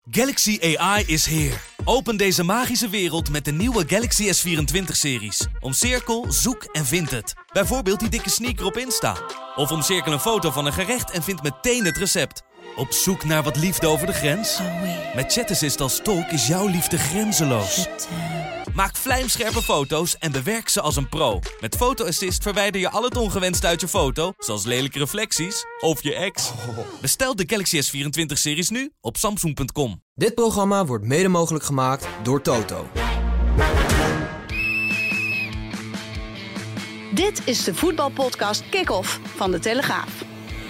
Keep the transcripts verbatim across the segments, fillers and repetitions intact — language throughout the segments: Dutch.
Galaxy A I is here. Open deze magische wereld met de nieuwe Galaxy S vierentwintig-series. Omcirkel, zoek en vind het. Bijvoorbeeld die dikke sneaker op Insta. Of omcirkel een foto van een gerecht en vind meteen het recept. Op zoek naar wat liefde over de grens? Met Chat Assist als tolk is jouw liefde grenzeloos. Maak vlijmscherpe foto's en bewerk ze als een pro. Met Photo Assist verwijder je al het ongewenst uit je foto, zoals lelijke reflecties of je ex. Bestel de Galaxy S vierentwintig-series nu op samsung punt com. Dit programma wordt mede mogelijk gemaakt door Toto. Dit is de voetbalpodcast Kick-Off van De Telegraaf.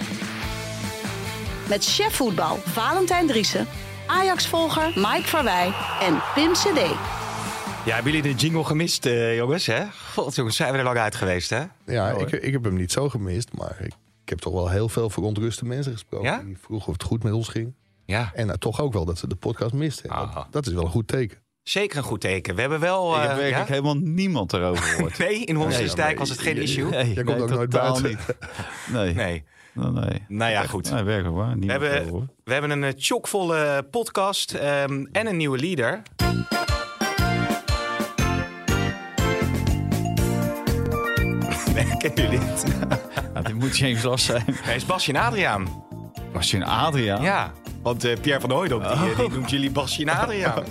Met chef voetbal Valentijn Driessen, Ajax-volger Mike Verwij en Pim C D. Ja, hebben jullie de jingle gemist, uh, jongens? Hè? God, jongens, zijn we er lang uit geweest, hè? Ja, ik, ik heb hem niet zo gemist, maar ik, ik heb toch wel heel veel verontruste mensen gesproken. Ja? Die vroegen of het goed met ons ging. Ja. En nou, toch ook wel dat ze de podcast misten. Ah. Dat, dat is wel een goed teken. Zeker een goed teken. We hebben wel... Uh, ik heb werkelijk ja? helemaal niemand erover gehoord. Nee, in Honsdijk nee, was het geen je- issue. Nee, Jij komt nee, ook nooit totaal buiten. niet. Nee. Nee. Nee. nee. Nou ja, goed. Nee, werkelijk waar. We Niemand hebben, erover. we hebben een uh, chockvolle podcast um, en een nieuwe leader. Nee, kennen jullie dit? Ja, dit moet James Last zijn. Hij is Basje en Adriaan. Was je een Adriaan? Ja, want uh, Pierre van Hooijdonk, die, uh, die noemt jullie Basje en Adriaan.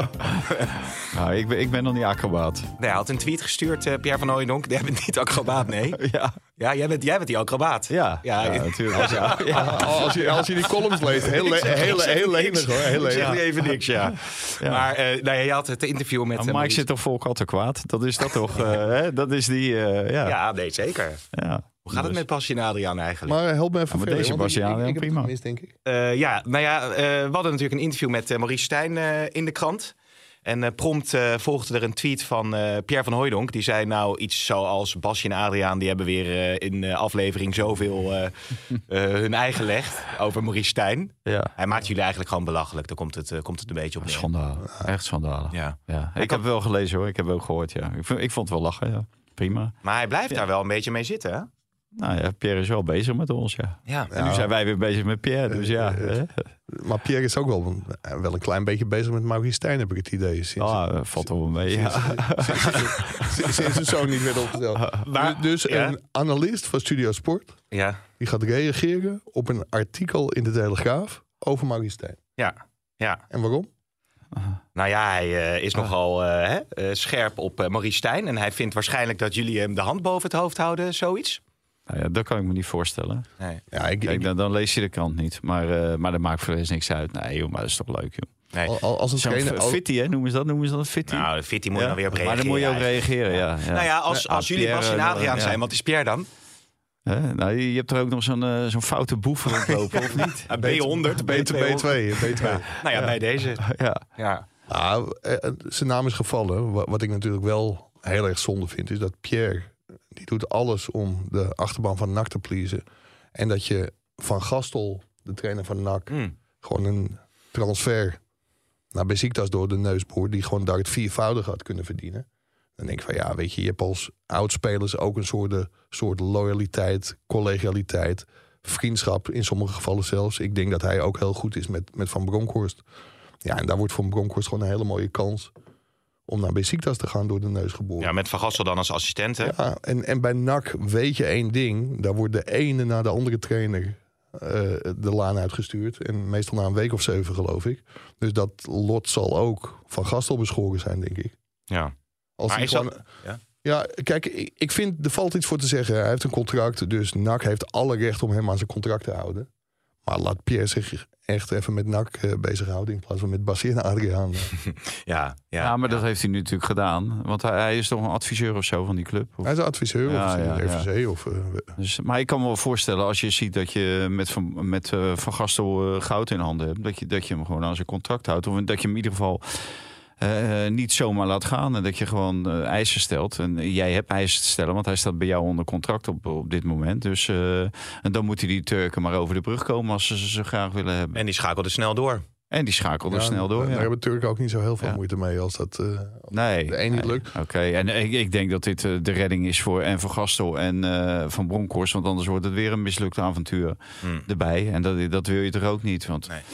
Nou, ik, ben, ik ben nog niet acrobaat. Nee, hij had een tweet gestuurd, uh, Pierre van Hooijdonk. Jij bent niet acrobaat, nee. Ja, Ja, jij bent, jij bent die acrobaat. ja, Ja, ja, ja. natuurlijk. Ja. Ja. Als je, als je die columns leest, heel, le- heel, heel lenig hoor. Heel Ik zeg lenig. nu even niks, ja. Ja. Maar uh, nou ja, je had het interview met... Maar uh, Mike Maurice. zit toch vol katten kwaad? Dat is dat toch? uh, hè? Dat is die, uh, ja. Ja, nee, zeker. ja. Hoe gaat het met Basje en Adriaan eigenlijk? Maar help me even Ja, maar verder, deze want was, ja, ik, ik, ik heb prima. het gemist, denk ik. Uh, ja, nou ja, uh, we hadden natuurlijk een interview met uh, Maurice Stijn uh, in de krant. En uh, prompt uh, volgde er een tweet van uh, Pierre van Hooijdonk. Die zei nou iets zoals Basje en Adriaan... die hebben weer uh, in uh, aflevering zoveel uh, uh, hun eigen gelegd over Maurice Stijn. Ja. Hij maakt jullie eigenlijk gewoon belachelijk. Daar komt het, uh, komt het een beetje op neer. Schandalig. Echt schandalig. Ja. Ja. Ik heb wel gelezen hoor. Ik heb ook gehoord. Ja. Ik, vond, ik vond het wel lachen. Ja. Prima. Maar hij blijft daar wel een beetje mee zitten, hè? Nou ja, Pierre is wel bezig met ons. Ja. Ja. En nu zijn wij weer bezig met Pierre. Dus ja. hè? Maar Pierre is ook wel, een- wel een klein beetje bezig met Maurice Stijn, heb ik het idee. Sinds, Ah, uh, valt er wel mee. Ja. sinds, sinds het zo niet werd opgesteld. Maar- dus ja. een analist van Studio Sport... Ja. die gaat reageren op een artikel in de Telegraaf over Maurice Stijn. Ja. Ja. En waarom? Nou ja, hij uh, is nogal uh, hè, uh, scherp op uh, Maurice Stijn. En hij vindt waarschijnlijk dat jullie hem de hand boven het hoofd houden, zoiets. Nou ja, dat kan ik me niet voorstellen. Nee. Ja, ik, Kijk, ik, dan, dan lees je de krant niet. Maar, uh, maar dat maakt voor de rest niks uit. Nee joh, maar dat is toch leuk joh. nee. al- al- als een Zo'n trainer... f- al- fitty hè, noemen ze dat? Noemen ze dat een fitty? Nou, Fitty moet je Ja. dan weer op Maar reageren. dan moet je ook eigenlijk. reageren, ja. ja. Nou ja, als, Ja, als jullie Pierre, Basje en uh, Adriaan ja. zijn, wat is Pierre dan? Hè? Nou, je hebt er ook nog zo'n uh, zo'n foute boef rondlopen, of niet? B honderd, B twee, B twee. Nou ja, bij deze. Ja. Ja. Nou, eh, zijn naam is gevallen. Wa- Wat ik natuurlijk wel heel erg zonde vind... is dat Pierre, die doet alles om de achterban van N A C te pleasen. En dat je Van Gastel, de trainer van N A C... Mm. gewoon een transfer naar Besiktas door de neus boort... die gewoon daar het viervoudige had kunnen verdienen. Dan denk ik van ja, weet je, je hebt als oudspelers ook een soort, soort loyaliteit, collegialiteit, vriendschap in sommige gevallen zelfs. Ik denk dat hij ook heel goed is met, met Van Bronckhorst. Ja, en daar wordt Van Bronckhorst gewoon een hele mooie kans om naar Besiktas te gaan door de neus geboren. Ja, met Van Gastel dan als assistent, hè? Ja, en, en bij N A C weet je één ding. Daar wordt de ene na de andere trainer uh, de laan uitgestuurd. En meestal na een week of zeven, geloof ik. Dus dat lot zal ook Van Gastel beschoren zijn, denk ik. Ja. Als Maar hij is gewoon... dat... Ja. Ja, kijk, ik, ik vind, er valt iets voor te zeggen. Hij heeft een contract, dus N A C heeft alle recht om hem aan zijn contract te houden. Maar laat Pierre zich echt even met N A C uh, bezighouden... in plaats van met Basje en Adriaan. Ja, ja. Ja, maar dat heeft hij nu natuurlijk gedaan. Want hij, hij is toch een adviseur of zo van die club? Of? Hij is adviseur Ja, of ja, de R V C. ja. Of, uh, Dus, maar ik kan me wel voorstellen, als je ziet dat je met Van, met, uh, van Gastel uh, goud in handen hebt... Dat je, dat je hem gewoon aan zijn contract houdt. Of dat je hem in ieder geval uh, niet zomaar laat gaan. En dat je gewoon uh, eisen stelt. En jij hebt eisen te stellen, want hij staat bij jou onder contract op, op dit moment. Dus uh, en dan moeten die Turken maar over de brug komen als ze ze graag willen hebben. En die schakelde snel door. En die schakelde ja, snel door. Daar Ja. hebben Turken ook niet zo heel veel Ja. moeite mee als dat uh, Nee, de een niet nee. lukt. Oké, en ik, ik denk dat dit uh, de redding is voor en Van Gastel en uh, Van Bronckhorst. Want anders wordt het weer een mislukt avontuur Hmm. erbij. En dat, dat wil je toch ook niet. Want Nee.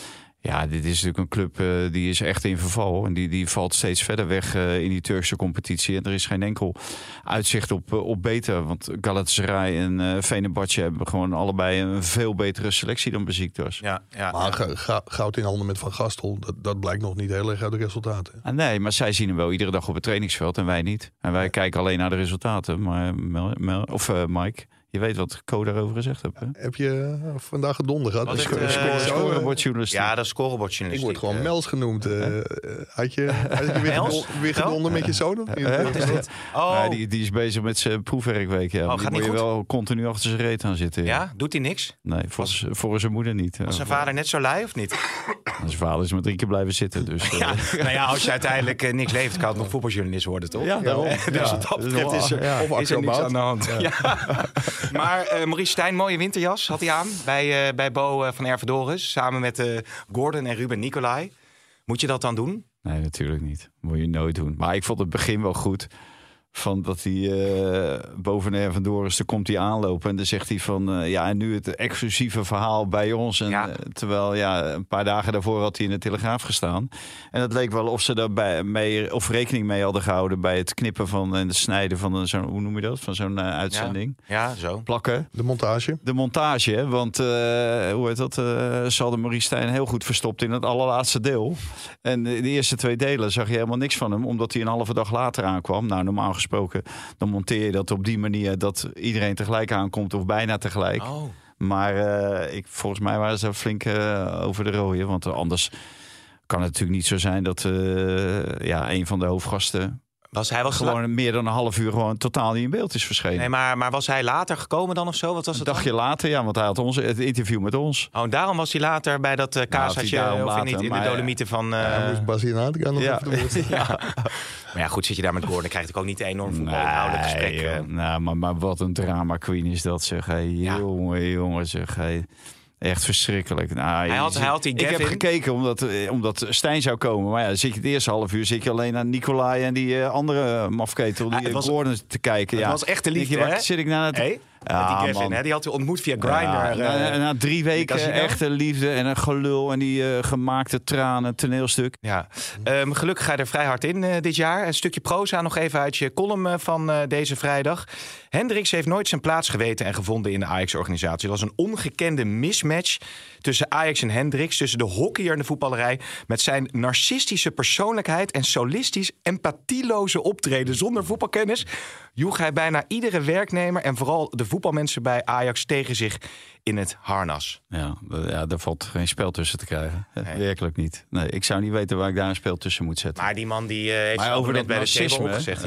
Ja, dit is natuurlijk een club uh, die is echt in verval. En die, die valt steeds verder weg uh, in die Turkse competitie. En er is geen enkel uitzicht op, uh, op beter. Want Galatasaray en uh, Fenerbahce hebben gewoon allebei een veel betere selectie dan Beşiktaş. Ja, ja, maar ja. Ga, goud in handen met Van Gastel, dat, dat blijkt nog niet heel erg uit de resultaten. Ah, nee, maar zij zien hem wel iedere dag op het trainingsveld en wij niet. En wij ja. kijken alleen naar de resultaten. Maar Mel, Mel, of uh, Mike... Je weet wat Co daarover gezegd heeft. Hè? Heb je uh, vandaag gedonder gehad? Sc- uh, scorebordjournalistiek. Ja, dat is scorebordjournalistiek. Ik word gewoon uh, Mels genoemd. Uh, uh, had je, had je weer, gedon, weer gedonder uh, met je zoon? Uh, uh, Wat is dit? Oh. Ja, die, die is bezig met zijn proefwerkweek. Ja. Oh, die moet je wel continu achter zijn reet aan zitten. Ja, ja? Doet hij niks? Nee, volgens, volgens zijn moeder niet. Was zijn vader net zo lui of niet? Zijn vader is maar drie keer blijven zitten. Dus, uh, ja, nou ja, als je uiteindelijk uh, niks leeft, kan het nog voetbaljournalist worden, toch? Ja, daarom. Ja, dus wat dat betreft is er, ja. is er niks aan de hand. Ja. Ja. Maar uh, Maurice Stijn, mooie winterjas had hij aan bij, uh, bij Bo uh, van Ervedorus. Samen met uh, Gordon en Ruben Nicolai. Moet je dat dan doen? Nee, natuurlijk niet. Moet je nooit doen. Maar ik vond het begin wel goed. Van dat hij uh, boven Ervedorus, dan komt hij aanlopen en dan zegt hij van uh, ja, en nu het exclusieve verhaal bij ons. En, ja. uh, terwijl ja, een paar dagen daarvoor had hij in de Telegraaf gestaan. En het leek wel of ze daar mee, of rekening mee hadden gehouden bij het knippen van en het snijden van een, zo'n, hoe noem je dat? Van zo'n uh, uitzending. Ja, ja, zo. Plakken. De montage. De montage, want uh, hoe heet dat? Uh, ze hadden Maurice Stijn heel goed verstopt in het allerlaatste deel. En de, de eerste twee delen zag je helemaal niks van hem, omdat hij een halve dag later aankwam. Nou, normaal gesproken, dan monteer je dat op die manier dat iedereen tegelijk aankomt of bijna tegelijk. Oh. Maar uh, ik, volgens mij waren ze flink uh, over de rode. Want anders kan het natuurlijk niet zo zijn dat uh, ja, een van de hoofdgasten was hij was gewoon la- meer dan een half uur gewoon totaal niet in beeld is verschenen. Nee, maar, maar was hij later gekomen dan of zo? Wat was het een dagje dan? later, ja, want hij had ons, het interview met ons. Oh, en daarom was hij later bij dat uh, kaasatje nou, of, of later, niet in maar, de Dolomieten van... Uh... Ja, moest Basie Natica nog ja. even ja. Maar ja, goed, zit je daar met Gordon, dan krijg je ook niet een enorm voetbalinhoudelijk nee, gesprek. Uh, nou, maar, maar wat een drama queen is dat, zeg. Hey, ja. Jongen, jongen, zeg. Hey. Echt verschrikkelijk. Nou, hij, had, hij had die ik heb gekeken omdat, omdat Stijn zou komen. Maar ja, zit je het eerste half uur zit je alleen naar Nicolai en die uh, andere mafketel, die uh, was, Gordon te kijken. Het ja. was echt de liefde, je, hè? Zit ik naar het... Hey? Ja, die Gavin, hè? Die had hij ontmoet via Grindr. Ja, uh, na, na drie weken echte liefde en een gelul en die uh, gemaakte tranen, toneelstuk. Ja, um, gelukkig ga je er vrij hard in uh, dit jaar. Een stukje proza nog even uit je column uh, van uh, deze vrijdag. Hendricks heeft nooit zijn plaats geweten en gevonden in de Ajax-organisatie. Het was een ongekende mismatch tussen Ajax en Hendricks. Tussen de hockeyer en de voetballerij. Met zijn narcistische persoonlijkheid en solistisch empathieloze optreden zonder voetbalkennis joeg hij bijna iedere werknemer en vooral de voetbalmensen bij Ajax tegen zich in het harnas. Ja, ja, daar valt geen spel tussen te krijgen. Nee. Werkelijk niet. Nee, ik zou niet weten waar ik daar een spel tussen moet zetten. Maar die man die uh, heeft maar over dat bij narcisme, de gezegd, ja.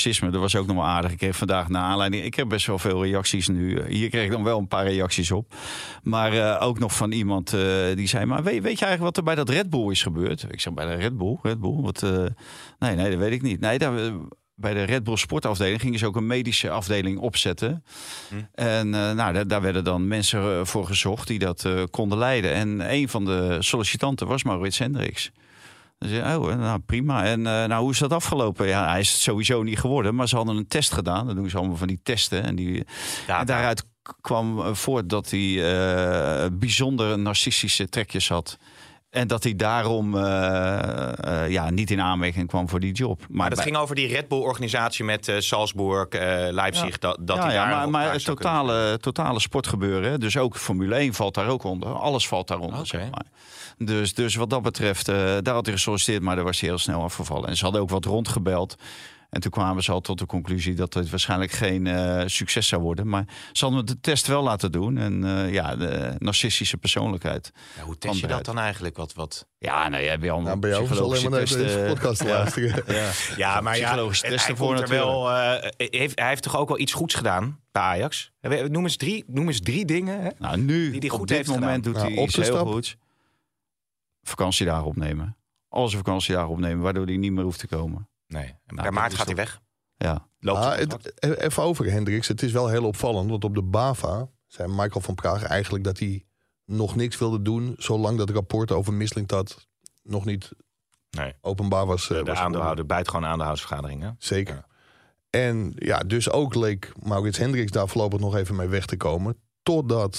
maar dat bij... ging over die Red Bull-organisatie met uh, Salzburg, uh, Leipzig. Ja. Dat, dat ja, hij ja, daar maar, maar het totale, totale sportgebeuren. Dus ook Formule één valt daar ook onder. Alles valt daaronder, okay. zeg maar. Dus, dus wat dat betreft, uh, daar had hij gesolliciteerd, maar daar was hij heel snel afgevallen. En ze hadden ook wat rondgebeld. En toen kwamen ze al tot de conclusie dat het waarschijnlijk geen uh, succes zou worden. Maar ze hadden de test wel laten doen. En uh, ja, de narcistische persoonlijkheid. Ja, hoe test je dat dan eigenlijk? Wat, wat... Ja, nou, jij hebt al nou, bij jou is alleen maar naar deze podcast te luisteren. Ja, ja. ja, maar ja, hij, komt er wel, uh, heeft, hij heeft toch ook wel iets goeds gedaan bij Ajax? Noem eens drie, noem eens drie dingen. Hè, nou, nu, die hij goed op dit heeft moment gedaan. doet hij nou, iets heel goeds. Vakantiedagen opnemen. Al zijn vakantiedagen opnemen, waardoor hij niet meer hoeft te komen. Nee, en nou, per maart gaat hij weg. Ja. Loopt ah, het, even over Hendricks. Het is wel heel opvallend, want op de BAVA zei Michael van Praag eigenlijk dat hij nog niks wilde doen, zolang dat rapport over Mislintat nog niet nee. openbaar was. De, de was aandeelhouder, buitengewoon aandeelhoudersvergadering. Hè? Zeker. Ja. En ja, dus ook leek Maurits Hendricks daar voorlopig nog even mee weg te komen. Totdat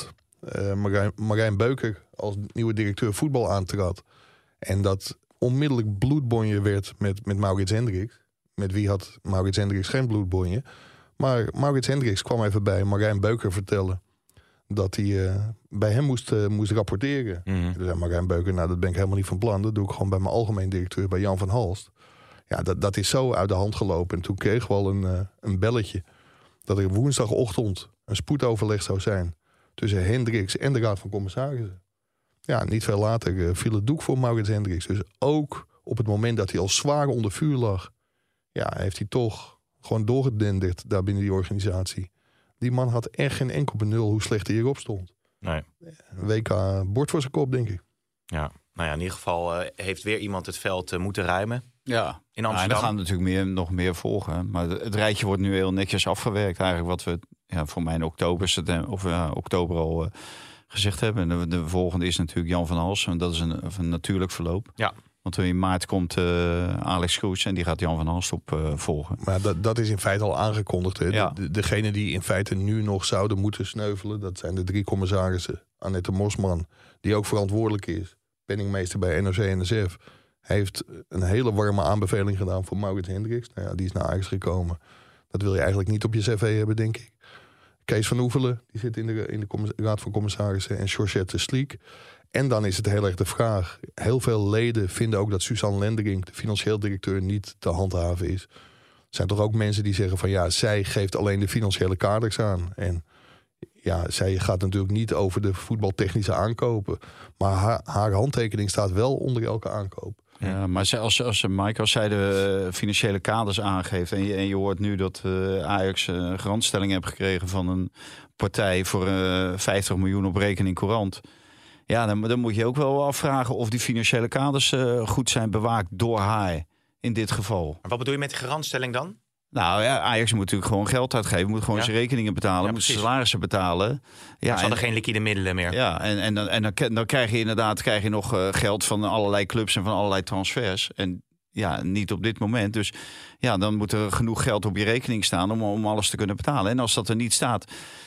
uh, Marijn, Marijn Beuker als nieuwe directeur voetbal aantrad. En dat onmiddellijk bloedbonje werd met, met Maurits Hendricks. Met wie had Maurits Hendricks geen bloedbonje. Maar Maurits Hendricks kwam even bij Marijn Beuker vertellen dat hij uh, bij hem moest, uh, moest rapporteren. Mm-hmm. Toen zei Marijn Beuker, nou dat ben ik helemaal niet van plan. Dat doe ik gewoon bij mijn algemeen directeur, bij Jan van Halst. Ja, dat, dat is zo uit de hand gelopen. En toen kregen we al een, uh, een belletje dat er woensdagochtend een spoedoverleg zou zijn tussen Hendricks en de Raad van Commissarissen. Ja, niet veel later uh, viel het doek voor Maurits Hendricks. Dus ook op het moment dat hij al zwaar onder vuur lag, ja, heeft hij toch gewoon doorgedenderd daar binnen die organisatie. Die man had echt geen enkel benul hoe slecht hij hierop stond. Nee. Een W K bord voor zijn kop, denk ik. Ja, nou ja, in ieder geval uh, heeft weer iemand het veld uh, moeten ruimen. Ja, in Amsterdam. Ja, en er gaan natuurlijk meer, nog meer volgen. Maar het rijtje wordt nu heel netjes afgewerkt. Eigenlijk wat we ja, voor mij in oktober, of, uh, oktober al uh, gezegd hebben. En de, de volgende is natuurlijk Jan van Hals. En dat is een, een natuurlijk verloop. Ja. Want in maart komt uh, Alex Kroes en die gaat Jan van Halst op uh, volgen. Maar dat, dat is in feite al aangekondigd. Hè? Ja. De, degene die in feite nu nog zouden moeten sneuvelen, dat zijn de drie commissarissen. Annette Mosman, die ook verantwoordelijk is, penningmeester bij N O C N S F, heeft een hele warme aanbeveling gedaan voor Maurits Hendricks. Nou ja, die is naar Ajax gekomen. Dat wil je eigenlijk niet op je cv hebben, denk ik. Kees van Oefelen, die zit in de, in de commis- Raad van Commissarissen, en Georgette Sliek. En dan is het heel erg de vraag. Heel veel leden vinden ook dat Suzanne Lendering, de financieel directeur, niet te handhaven is. Er zijn toch ook mensen die zeggen van ja, zij geeft alleen de financiële kaders aan. En ja, zij gaat natuurlijk niet over de voetbaltechnische aankopen. Maar haar, haar handtekening staat wel onder elke aankoop. Ja, maar als, als Mike, als zij de financiële kaders aangeeft en je, en je hoort nu dat uh, Ajax een garantstelling heeft gekregen van een partij voor uh, vijftig miljoen op rekening courant. Ja, dan, dan moet je ook wel afvragen of die financiële kaders uh, goed zijn bewaakt door haar in dit geval. Maar wat bedoel je met de garantstelling dan? Nou ja, Ajax moet natuurlijk gewoon geld uitgeven. Moet gewoon ja. zijn rekeningen betalen. Ja, moet salarissen betalen. Ja, ze hadden geen liquide middelen meer. Ja, en, en, dan, en dan, dan krijg je inderdaad krijg je nog uh, geld van allerlei clubs en van allerlei transfers. En ja, niet op dit moment. Dus ja, dan moet er genoeg geld op je rekening staan om, om alles te kunnen betalen. En als dat er niet staat,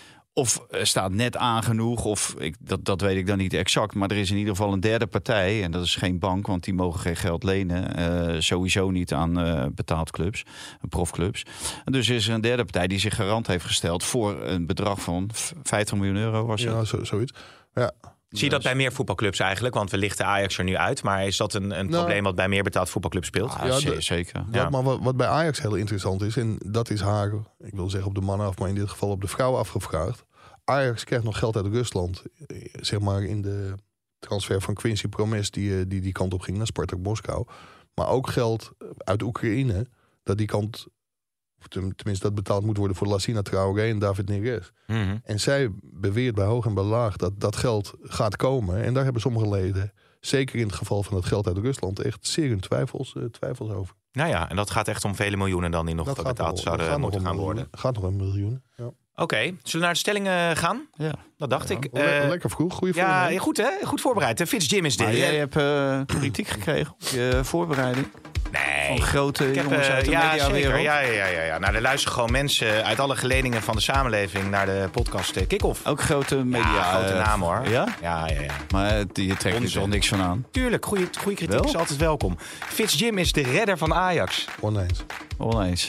of staat net aan genoeg, of ik, dat, dat weet ik dan niet exact. Maar er is in ieder geval een derde partij. En dat is geen bank, want die mogen geen geld lenen. Uh, sowieso niet aan uh, betaaldclubs, profclubs. En dus is er een derde partij die zich garant heeft gesteld voor een bedrag van vijftig miljoen euro. Was het? Ja, zo, zoiets. Ja. Zie je dat bij meer voetbalclubs eigenlijk? Want we lichten Ajax er nu uit. Maar is dat een, een nou, probleem wat bij meer betaald voetbalclubs speelt? Ah, ja, de, zeker. Ja. Ja. Maar wat, wat bij Ajax heel interessant is, en dat is haar, ik wil zeggen op de mannen af, maar in dit geval op de vrouwen afgevraagd. Ajax krijgt nog geld uit Rusland. Zeg maar in de transfer van Quincy Promes die, die die kant op ging naar Spartak Moskou. Maar ook geld uit Oekraïne, dat die kant, tenminste dat betaald moet worden voor Lassina Traoré en David Neres. Mm-hmm. En zij beweert bij hoog en bij laag dat dat geld gaat komen. En daar hebben sommige leden, zeker in het geval van het geld uit Rusland, echt zeer twijfels, uh, twijfels over. Nou ja, en dat gaat echt om vele miljoenen dan die nog dat betaald nog, zouden moeten gaan miljoen, worden. Gaat nog een miljoen, ja. Oké, okay. Zullen we naar de stellingen gaan? Ja. Dat dacht ja, ik. Le- uh, lekker vroeg, goede ja, voorbereiding. Ja, goed hè? Goed voorbereid. Fitz Jim is dit. Maar jij hebt uh, kritiek gekregen op je voorbereiding. Nee. Van grote ik jongens heb, uit de ja, mediawereld. Ja, ja, ja, ja, ja. Nou, er luisteren gewoon mensen uit alle geledingen van de samenleving naar de podcast uh, Kick-Off. Ook grote media. Ja, grote uh, naam hoor. Ja? Ja, ja, ja. Maar je trekt er toch niks van aan? Tuurlijk, goede kritiek wel? Is altijd welkom. Fitz Jim is de redder van Ajax. Oneens. Oneens.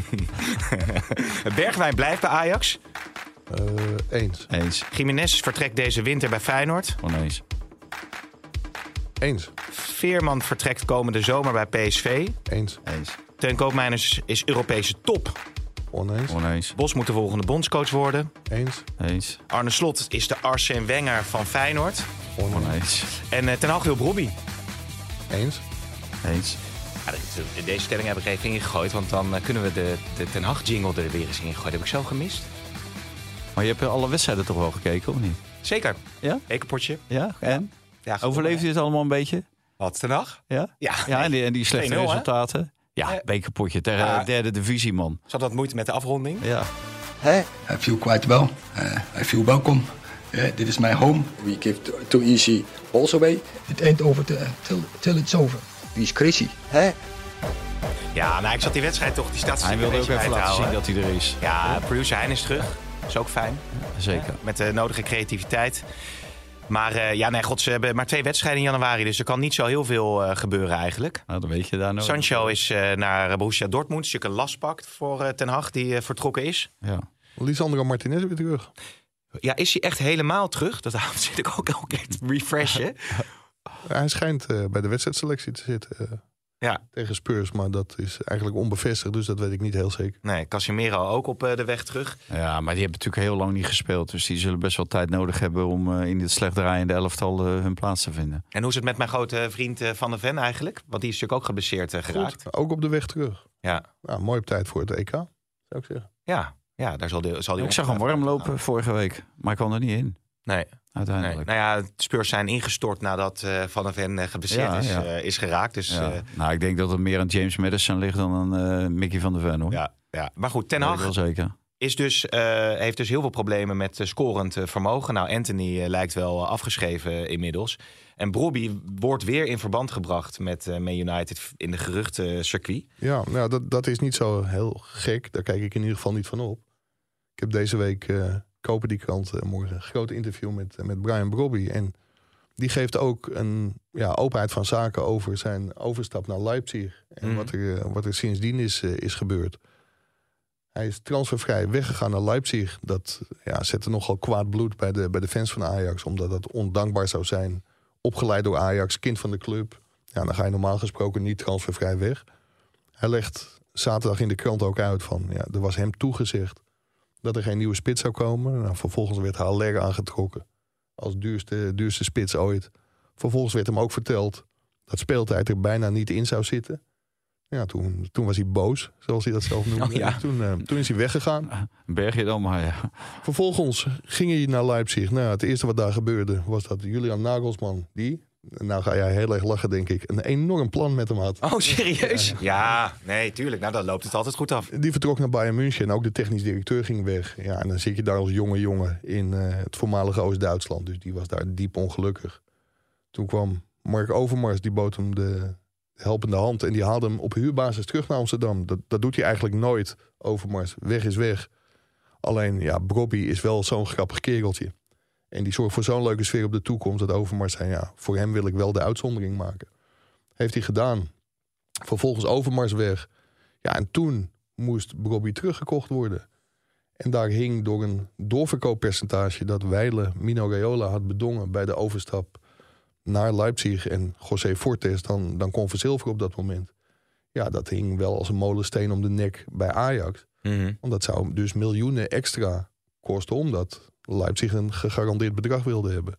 Bergwijn blijft bij Ajax. Uh, eens. Eens. Gimenez vertrekt deze winter bij Feyenoord. Oneens. Eens. Veerman vertrekt komende zomer bij P S V. Eens. Eens. Teun Koopmeiners is Europese top. Oneens. Oneens. Bos moet de volgende bondscoach worden. Eens. Eens. Arne Slot is de Arsène Wenger van Feyenoord. Oneens. En uh, Ten Hag wil Robbie. Eens. Eens. Ja, deze stelling heb ik er even ingegooid, want dan uh, kunnen we de, de Ten Hag jingle er weer eens ingooien. Heb ik zo gemist. Maar je hebt alle wedstrijden toch wel gekeken, of niet? Zeker. Ja? Bekerpotje. Ja, en? Ja, overleefde je het allemaal een beetje? Wat, Ten Hag? Ja? Ja. Ja, en die, en die slechte twee nul, resultaten? Hè? Ja, uh, bekerpotje tegen uh, derde divisie, man. Zat dat moeite met de afronding? Ja. Hey, I feel quite well. Uh, I feel welcome. Uh, this is my home. We give too, too easy balls away. It ain't over to, uh, till, till it's over. Wie is crazy? Hey. Ja, nou, ik zat die wedstrijd toch, die staat. Hij wilde ook even laten houden. zien dat hij er is. Ja, producer Hein is terug. is ook fijn. Zeker. Ja, met de nodige creativiteit. Maar uh, ja, nee, god, ze hebben maar twee wedstrijden in januari. Dus er kan niet zo heel veel uh, gebeuren eigenlijk. Nou, dan weet je daar nog. Sancho is uh, naar Borussia Dortmund. Dus je een last pakt voor uh, Ten Hag, die uh, vertrokken is. Ja. Lisandro Martinez weer terug. Ja, is hij echt helemaal terug? Dat zit ik ook elke keer te refreshen. Hij schijnt uh, bij de wedstrijdselectie te zitten uh, ja. tegen Spurs. Maar dat is eigenlijk onbevestigd, dus dat weet ik niet heel zeker. Nee, Casemiro ook op uh, de weg terug. Ja, maar die hebben natuurlijk heel lang niet gespeeld. Dus die zullen best wel tijd nodig hebben om uh, in dit slecht draaiende elftal uh, hun plaats te vinden. En hoe is het met mijn grote vriend uh, Van der Ven eigenlijk? Want die is natuurlijk ook geblesseerd uh, geraakt. Goed, ook op de weg terug. Ja. Nou, mooi op tijd voor het E K, zou ik zeggen. Ja, ja daar zal, de, zal die Ik zag hem warm lopen nou. vorige week, maar ik kwam er niet in. Nee. Uiteindelijk. Nee. Nou ja, de Spurs zijn ingestort nadat uh, Van der Ven uh, geblesseerd ja, is, ja. Uh, is geraakt. Dus, ja. uh, nou, ik denk dat het meer aan James Madison ligt dan aan uh, Mickey van der Ven, hoor. Ja, ja. Maar goed, Ten Hag wel zeker. Is dus, uh, heeft dus heel veel problemen met uh, scorend uh, vermogen. Nou, Anthony uh, lijkt wel uh, afgeschreven uh, inmiddels. En Brobbey wordt weer in verband gebracht met uh, Man United in de geruchtencircuit. Ja, nou, dat, dat is niet zo heel gek. Daar kijk ik in ieder geval niet van op. Ik heb deze week... Uh, kopen die krant uh, morgen een groot interview met, uh, met Brian Brobbey. En die geeft ook een ja, openheid van zaken over zijn overstap naar Leipzig. En mm. wat, er, uh, wat er sindsdien is, uh, is gebeurd. Hij is transfervrij weggegaan naar Leipzig. Dat ja, zette nogal kwaad bloed bij de, bij de fans van Ajax. Omdat dat ondankbaar zou zijn. Opgeleid door Ajax, kind van de club. Ja, dan ga je normaal gesproken niet transfervrij weg. Hij legt zaterdag in de krant ook uit van... Ja, er was hem toegezegd dat er geen nieuwe spits zou komen. Nou, vervolgens werd Haller aangetrokken als duurste, duurste spits ooit. Vervolgens werd hem ook verteld dat speeltijd er bijna niet in zou zitten. Ja, toen, toen was hij boos, zoals hij dat zelf noemde. Oh, ja. toen, uh, toen is hij weggegaan. Berg je dan maar, ja. Vervolgens ging hij naar Leipzig. Nou, het eerste wat daar gebeurde was dat Julian Nagelsman, die... Nou ga jij heel erg lachen, denk ik. Een enorm plan met hem had. Oh, serieus? Ja, ja nee, tuurlijk. Nou, dan loopt het altijd goed af. Die vertrok naar Bayern München en ook de technisch directeur ging weg. Ja, en dan zit je daar als jonge jongen in uh, het voormalige Oost-Duitsland. Dus die was daar diep ongelukkig. Toen kwam Mark Overmars, die bood hem de helpende hand. En die haalde hem op huurbasis terug naar Amsterdam. Dat, dat doet hij eigenlijk nooit, Overmars. Weg is weg. Alleen, ja, Brobbey is wel zo'n grappig kereltje. En die zorgt voor zo'n leuke sfeer op de toekomst... dat Overmars zei, ja, voor hem wil ik wel de uitzondering maken. Heeft hij gedaan. Vervolgens Overmars weg. Ja, en toen moest Brobbey teruggekocht worden. En daar hing door een doorverkooppercentage... dat Weile Mino Raiola had bedongen bij de overstap naar Leipzig... en José Fortes dan, dan kon verzilveren op dat moment. Ja, dat hing wel als een molensteen om de nek bij Ajax. Mm-hmm. Want dat zou dus miljoenen extra kosten... omdat Leipzig een gegarandeerd bedrag wilde hebben.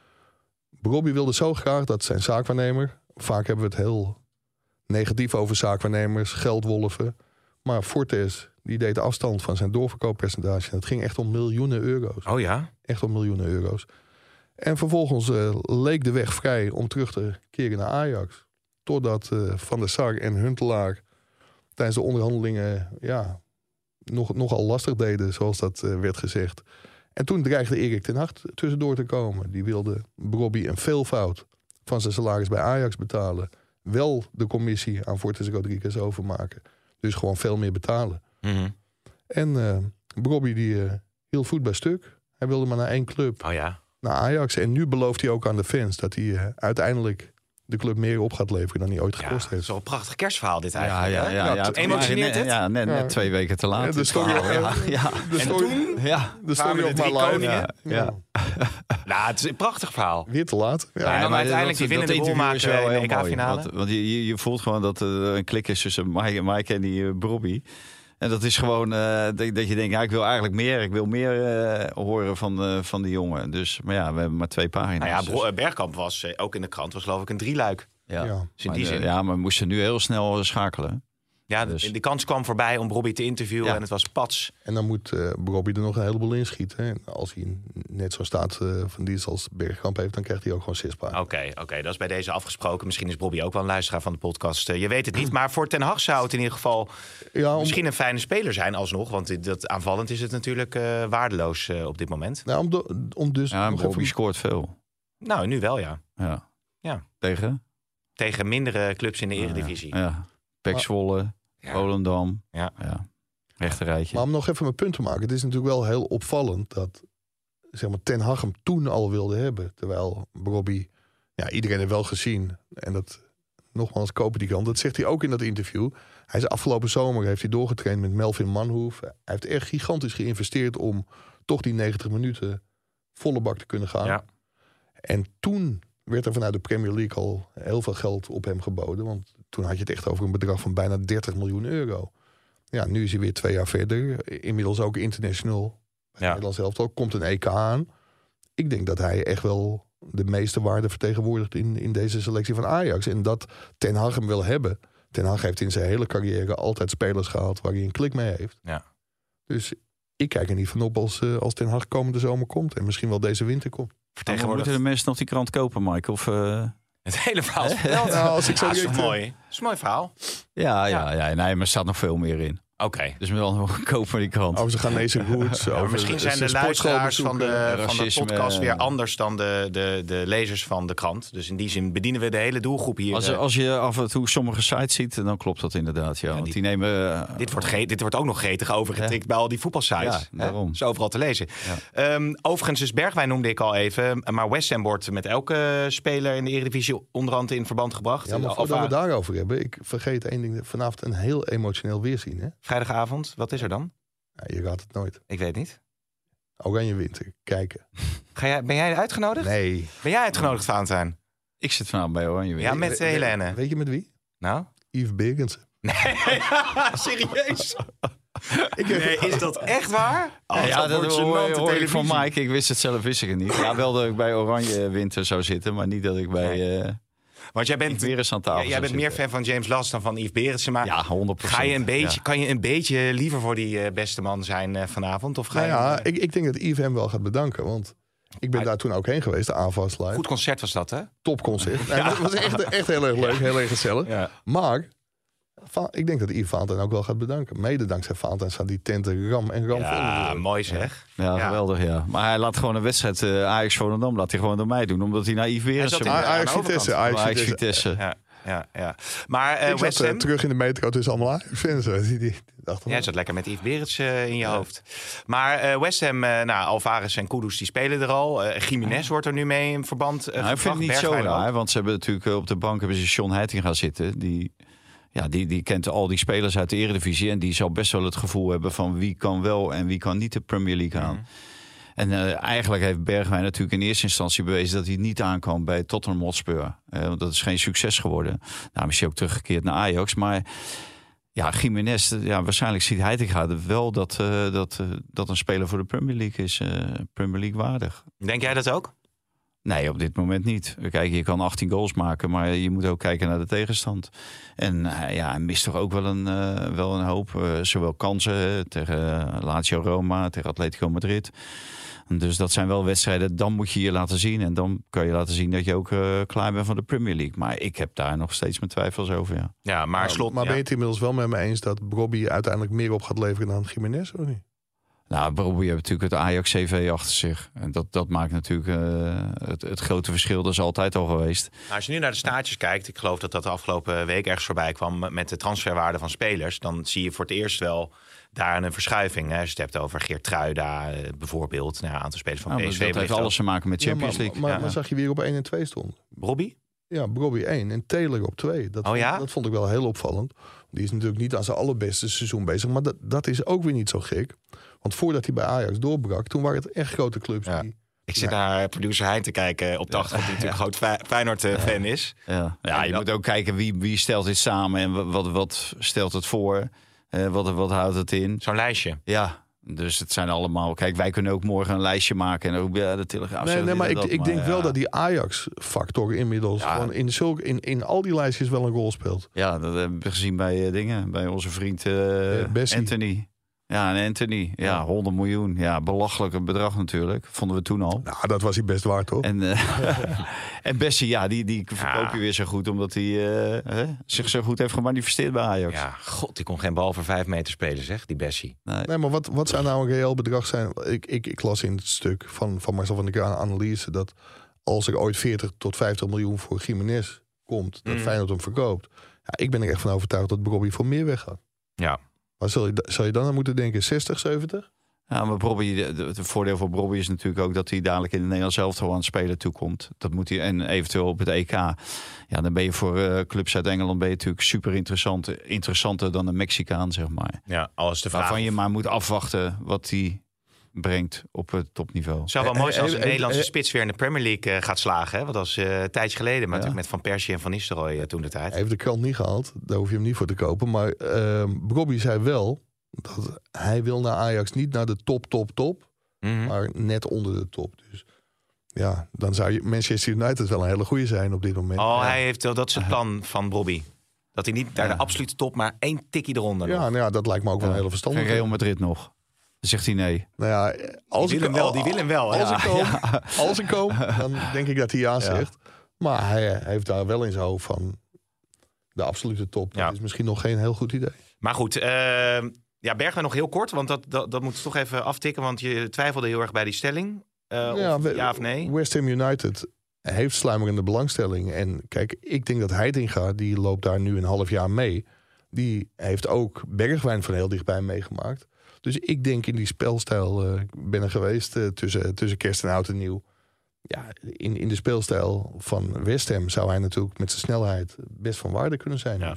Brobbey wilde zo graag dat zijn zaakwaarnemer... vaak hebben we het heel negatief over zaakwaarnemers, geldwolven... maar Fortes, die deed afstand van zijn doorverkooppercentage. Het ging echt om miljoenen euro's. Oh ja? Echt om miljoenen euro's. En vervolgens uh, leek de weg vrij om terug te keren naar Ajax. Totdat uh, Van der Sar en Huntelaar tijdens de onderhandelingen... ja, nog, nogal lastig deden, zoals dat uh, werd gezegd... En toen dreigde Erik ten Hag tussendoor te komen. Die wilde Brobbey een veelvoud van zijn salaris bij Ajax betalen. Wel de commissie aan Fortes Rodriguez overmaken. Dus gewoon veel meer betalen. Mm-hmm. En uh, Brobbey die uh, hield voet bij stuk. Hij wilde maar naar één club. Oh ja. Naar Ajax. En nu belooft hij ook aan de fans dat hij uh, uiteindelijk de club meer op gaat leveren dan hij ooit gekost ja, heeft. Het is wel een prachtig kerstverhaal dit eigenlijk. Ja, ja, ja, ja, ja, emotioneert het? Ja, net, net ja. twee weken te laat. Ja, de story, ja, ja, ja. De story, en toen ja. de story de op drie my life. koningen. Ja, ja. Nou, het is een prachtig verhaal. Weer te laat. Ja. Ja, en dan maar uiteindelijk dat, die winnende goal maken wel in de E K-finale. Want, want je, je voelt gewoon dat er een klik is tussen Mike, Mike en die uh, Brobbey. En dat is gewoon uh, dat, dat je denkt, ja, ik wil eigenlijk meer. Ik wil meer uh, horen van, uh, van die jongen. Dus, maar ja, we hebben maar twee pagina's. Nou ja, Bro- dus. Bergkamp was uh, ook in de krant, was geloof ik een drieluik. Ja, Ja. Dus in maar, die zin. ja, maar we moesten nu heel snel schakelen. Ja, dus. de, de kans kwam voorbij om Brobbey te interviewen Ja. en het was pats. En dan moet uh, Brobbey er nog een heleboel inschieten. En als hij net zo staat uh, van dienst als Bergkamp heeft... dan krijgt hij ook gewoon zes pagina's. Oké, okay, okay, dat is bij deze afgesproken. Misschien is Brobbey ook wel een luisteraar van de podcast. Uh, je weet het niet, maar voor Ten Hag zou het in ieder geval... Ja, om, misschien een fijne speler zijn alsnog. Want dat, aanvallend is het natuurlijk uh, waardeloos uh, op dit moment. nou, om, de, om dus Ja, nog Brobbey even... scoort veel. Nou, nu wel, ja. Ja. Ja. Tegen? Tegen mindere clubs in de Eredivisie. Ja, ja. Pek Zwolle, Ja. Volendam. Ja. Ja. rechterrijtje. Maar om nog even mijn punt te maken. Het is natuurlijk wel heel opvallend dat zeg maar, Ten Hag hem toen al wilde hebben. Terwijl Robbie, ja, iedereen heeft wel gezien. En dat, nogmaals, kopen die kant. Dat zegt hij ook in dat interview. Hij is afgelopen zomer heeft hij doorgetraind met Melvin Manhoef. Hij heeft echt gigantisch geïnvesteerd om toch die negentig minuten volle bak te kunnen gaan. Ja. En toen werd er vanuit de Premier League al heel veel geld op hem geboden. Want toen had je het echt over een bedrag van bijna dertig miljoen euro. Ja, nu is hij weer twee jaar verder. Inmiddels ook international. Bij Ja. Nederland zelf al. Komt een E K aan. Ik denk dat hij echt wel de meeste waarde vertegenwoordigt in, in deze selectie van Ajax. En dat Ten Hag hem wil hebben. Ten Hag heeft in zijn hele carrière altijd spelers gehad waar hij een klik mee heeft. Ja. Dus ik kijk er niet van op als, uh, als Ten Hag komende zomer komt. En misschien wel deze winter komt. Dan moeten de mensen nog die krant kopen, Mike? Of, uh... Het hele verhaal is verteld. Nou, als ik zo Ja, dat is direct, toch uh, mooi. Dat is een mooi verhaal. Ja, ja, ja, nee, maar er staat nog veel meer in. Oké. Okay. Dus met dan kopen die krant. Over ze gaan deze roots. Ja, over misschien zijn de luisteraars van de, van de podcast weer anders dan de, de, de lezers van de krant. Dus in die zin bedienen we de hele doelgroep hier. Als, als je af en toe sommige sites ziet, dan klopt dat inderdaad. Ja, ja, want die, die nemen. Uh, dit, wordt ge, dit wordt ook nog gretig overgetikt ja. bij al die voetbalsites. Ja, daarom. Dat is overal te lezen. Ja. Um, overigens is Bergwijn noemde ik al even. Maar West Ham wordt met elke speler in de Eredivisie onderhand in verband gebracht. Ja, maar voordat we het daarover hebben. Ik vergeet één ding. Vanavond een heel emotioneel weerzien. Hè? Vrijdagavond. Wat is er dan? Ja, je raadt het nooit. Ik weet niet. Oranje winter. Kijken. Ga jij, ben jij uitgenodigd? Nee. Ben jij uitgenodigd, Valentijn? Ik zit vanavond bij Oranje winter. Ja, met uh, Helene. Weet, weet je met wie? Nou? Yves Bergensen. Nee, serieus? Ik heb... Nee, is dat echt waar? Oh, ja, ja, dat, dat hoor, hoor ik van Mike. Ik wist het zelf, wist ik het niet. Ja, wel dat ik bij Oranje winter zou zitten, maar niet dat ik bij... Nee. Uh, Want jij bent, weer eens aan tafel ja, jij bent meer fan van James Last dan van Yves Berendsen. Maar ja, honderd procent. Ga je een beetje, ja. Kan je een beetje liever voor die uh, beste man zijn uh, vanavond? Of ga nou je, ja, uh... ik, ik denk dat Yves hem wel gaat bedanken. Want ik ben Hij... daar toen ook heen geweest, de A V A S Live. Goed concert was dat, hè? Topconcert. Ja. Dat was echt, echt heel erg leuk, heel erg gezellig. Ja. Maar ik denk dat Yves Valentijn ook wel gaat bedanken. Mede dankzij Valentijn staan die tenten ram en ram vol. Ja, mooi zeg. Ja, ja, geweldig, ja. Maar hij laat gewoon een wedstrijd uh, Ajax Volendam laat hij gewoon door mij doen. Omdat hij naar Yves Berendsen... Ajax Vitesse. Ajax Vitesse. Ja. Ja, ja. Maar uh, ik West zat Ham... uh, terug in de metro tussen allemaal Ajax-fans. Die, die dachten, Jij zat lekker met Yves Berendsen uh, in je ja. hoofd. Maar uh, West Ham, uh, nou, Alvarez en Kudus, die spelen er al. Uh, Gimenez wordt er nu mee in verband uh, nou, ik vind het niet zo raar, want ze hebben natuurlijk uh, op de bank hebben ze John Heitinga zitten. Die, ja, die, die kent al die spelers uit de Eredivisie. En die zal best wel het gevoel hebben van wie kan wel en wie kan niet de Premier League aan. Mm. En uh, eigenlijk heeft Bergwijn natuurlijk in eerste instantie bewezen dat hij niet aankwam bij Tottenham Hotspur. Uh, want dat is geen succes geworden. Nou, is hij ook teruggekeerd naar Ajax. Maar ja, Gimenez, ja, waarschijnlijk ziet Heitinga wel dat, uh, dat, uh, dat een speler voor de Premier League is. Uh, Premier League waardig. Denk jij dat ook? Nee, op dit moment niet. Kijk, je kan achttien goals maken, maar je moet ook kijken naar de tegenstand. En uh, ja, hij mist toch ook wel een, uh, wel een hoop. Uh, zowel kansen tegen uh, Lazio Roma, tegen Atletico Madrid. Dus dat zijn wel wedstrijden, dan moet je je laten zien. En dan kan je laten zien dat je ook uh, klaar bent van de Premier League. Maar ik heb daar nog steeds mijn twijfels over, ja. Ja, maar slot... Maar ja. ben je het inmiddels wel met me eens dat Robbie uiteindelijk meer op gaat leveren dan Gimenez, of niet? Nou, Robbie heeft natuurlijk het Ajax-C V achter zich. En dat, dat maakt natuurlijk uh, het, het grote verschil. Dat is altijd al geweest. Nou, als je nu naar de staartjes kijkt... ik geloof dat dat de afgelopen week ergens voorbij kwam... met de transferwaarde van spelers... dan zie je voor het eerst wel daar een verschuiving. Hè. Als je het hebt over Geertruida uh, bijvoorbeeld. Nou, een aantal spelers van nou, P S V. Dat heeft alles te maken met Champions ja, maar, League. Maar, maar, ja. maar zag je weer op één en twee stonden? Robbie? Ja, Robbie één en Taylor op twee. Dat, oh, ja? vond, dat vond ik wel heel opvallend. Die is natuurlijk niet aan zijn allerbeste seizoen bezig. Maar dat, dat is ook weer niet zo gek. Want voordat hij bij Ajax doorbrak, toen waren het echt grote clubs. Ja. Die, ik zit ja. naar producer Hein te kijken op de achtergrond, die natuurlijk ja. groot Feyenoord-fan uh, is. Ja, ja je dat... moet ook kijken wie, wie stelt dit samen en wat, wat stelt het voor. Uh, wat, wat houdt het in? Zo'n lijstje. Ja. Dus het zijn allemaal... Kijk, wij kunnen ook morgen een lijstje maken. En ook ja, de Telegraaf... Nee, nee maar ik, dat, ik maar, denk ja. wel dat die Ajax-factor inmiddels... Ja. gewoon in, zulke, in, in al die lijstjes wel een rol speelt. Ja, dat hebben we gezien bij uh, dingen. Bij onze vriend uh, ja, Anthony. Ja, en Anthony. Ja, ja, honderd miljoen. Ja, belachelijk bedrag natuurlijk. Vonden we toen al. Nou, dat was hij best waard, hoor. En, uh, en Bessie, ja, die, die verkoop je weer zo goed... omdat hij uh, hè, zich zo goed heeft gemanifesteerd bij Ajax. Ja, god, die kon geen bal voor vijf meter spelen, zeg, die Bessie. Nee, nee maar wat, wat zou nou een reëel bedrag zijn? Ik, ik, ik las in het stuk van, van Marcel van der Kraan analyse... dat als er ooit veertig tot vijftig miljoen voor Gimenez komt... dat mm. Feyenoord hem verkoopt. Ja, ik ben er echt van overtuigd dat Robbie voor meer weggaat. Ja. Waar zal je, zal je dan aan moeten denken? zestig, zeventig? Ja, maar Bobby, het voordeel voor Bobby is natuurlijk ook dat hij dadelijk in het Nederlands elftal aan het spelen toekomt. Dat moet hij, en eventueel op het E K. Ja, dan ben je voor uh, clubs uit Engeland ben je natuurlijk super interessant. Interessanter dan een Mexicaan, zeg maar. Ja, alles de vraag. Waarvan je maar moet afwachten wat hij brengt op het topniveau. Het zou wel mooi zijn als een Eh, eh, Nederlandse eh, spits weer in de Premier League uh, gaat slagen. Hè? Want dat is uh, een tijdje geleden. Maar Ja. natuurlijk met Van Persie en Van Nistelrooy uh, toen de tijd. Hij heeft de krant niet gehaald. Daar hoef je hem niet voor te kopen. Maar uh, Bobby zei wel dat hij wil naar Ajax niet naar de top, top, top. Mm-hmm. Maar net onder de top. Dus ja, dan zou je Manchester United wel een hele goede zijn op dit moment. Oh, ja. hij heeft, dat is het plan van Bobby. Dat hij niet naar Ja. de absolute top, maar één tikkie eronder. Ja, nog. nou ja, dat lijkt me ook wel een hele Geen verstandige. Real Madrid nog. Dan zegt hij nee. Nou ja, als Die ik willen wel, die willen wel. Als, Ja. ik kom, als ik kom, dan denk ik dat hij ja zegt. Maar hij, hij heeft daar wel in zijn hoofd van de absolute top. Dat Ja. is misschien nog geen heel goed idee. Maar goed, uh, ja, Bergwijn nog heel kort. Want dat, dat, dat moet toch even aftikken. Want je twijfelde heel erg bij die stelling. Uh, Ja, of, we- ja of nee? West Ham United heeft sluimerende belangstelling. En kijk, ik denk dat Heitinga, die loopt daar nu een half jaar mee. Die heeft ook Bergwijn van heel dichtbij meegemaakt. Dus ik denk in die spelstijl, uh, ik ben er geweest uh, tussen, tussen kerst en oud en nieuw. Ja, in, in de speelstijl van West Ham zou hij natuurlijk met zijn snelheid best van waarde kunnen zijn. Ja. Dus.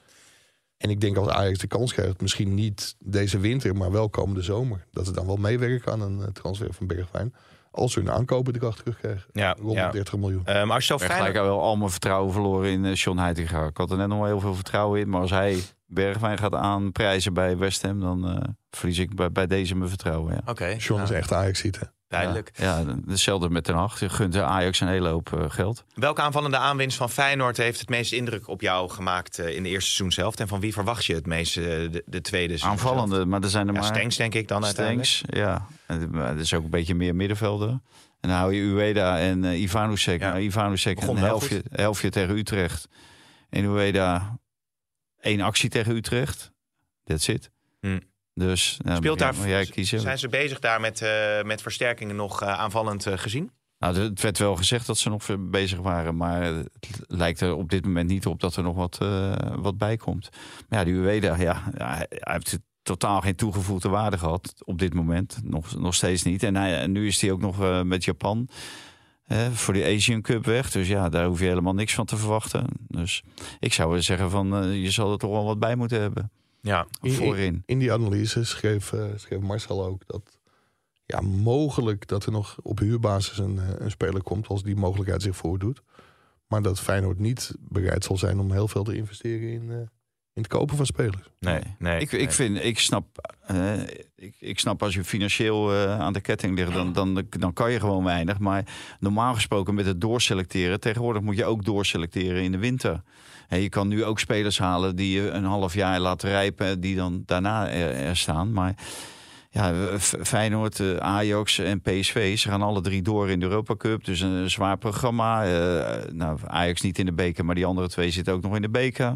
En ik denk als Ajax de kans krijgt, misschien niet deze winter, maar wel komende zomer. Dat ze dan wel meewerken aan een uh, transfer van Bergwijn. Als ze hun aankopen de kracht terugkrijgen. Ja, Rond ja. de dertig miljoen. Uh, maar als je zo Ik heb gelijk fijn... al wel al mijn vertrouwen verloren in uh, John Heitinga. Ik had er net nog wel heel veel vertrouwen in. Maar als hij Bergwijn gaat aanprijzen bij West Ham, dan uh, verlies ik bij, bij deze mijn vertrouwen. Ja. Oké, okay, John is echt Ajax-ziet. duidelijk. Ja, ja, hetzelfde met Ten Hag. Je gunt de Ajax een hele hoop uh, geld. Welke aanvallende aanwinst van Feyenoord heeft het meeste indruk op jou gemaakt uh, in de eerste seizoenshelft? En van wie verwacht je het meeste uh, de, de tweede seizoenshelft? Aanvallende, maar er zijn er Ja, maar... Stenks denk ik dan uiteindelijk. Stenks, ja. En het is ook een beetje meer middenvelder. En dan hou je Ueda en uh, Ivanousek. Ja. Nou, Ivanousek Begon een wel helftje, goed. helftje tegen Utrecht. En Ueda één actie tegen Utrecht. That's it. Hmm. Dus nou, Speelt ja, daar, mag jij kiezen. zijn ze bezig daar met, uh, met versterkingen nog uh, aanvallend uh, gezien? Nou, het werd wel gezegd dat ze nog bezig waren. Maar het lijkt er op dit moment niet op dat er nog wat, uh, wat bij komt. Maar ja, die Ueda, ja, hij heeft totaal geen toegevoegde waarde gehad op dit moment. Nog, nog steeds niet. En, hij, en nu is hij ook nog uh, met Japan uh, voor de Asian Cup weg. Dus ja, daar hoef je helemaal niks van te verwachten. Dus ik zou wel zeggen van uh, je zal er toch wel wat bij moeten hebben. Ja, In, voorin. in, in die analyse schreef, uh, schreef Marcel ook dat ja, mogelijk dat er nog op huurbasis een, uh, een speler komt als die mogelijkheid zich voordoet. Maar dat Feyenoord niet bereid zal zijn om heel veel te investeren in, uh, in het kopen van spelers. nee, nee. Ik, ik, nee. vind, ik, snap, uh, ik, ik snap als je financieel uh, aan de ketting ligt, dan, dan, dan kan je gewoon weinig. Maar normaal gesproken met het doorselecteren, tegenwoordig moet je ook doorselecteren in de winter. En je kan nu ook spelers halen die je een half jaar laat rijpen, die dan daarna er, er staan. Maar ja, Feyenoord, Ajax en P S V, ze gaan alle drie door in de Europa Cup. Dus een zwaar programma. Uh, nou, Ajax niet in de beker, maar die andere twee zitten ook nog in de beker.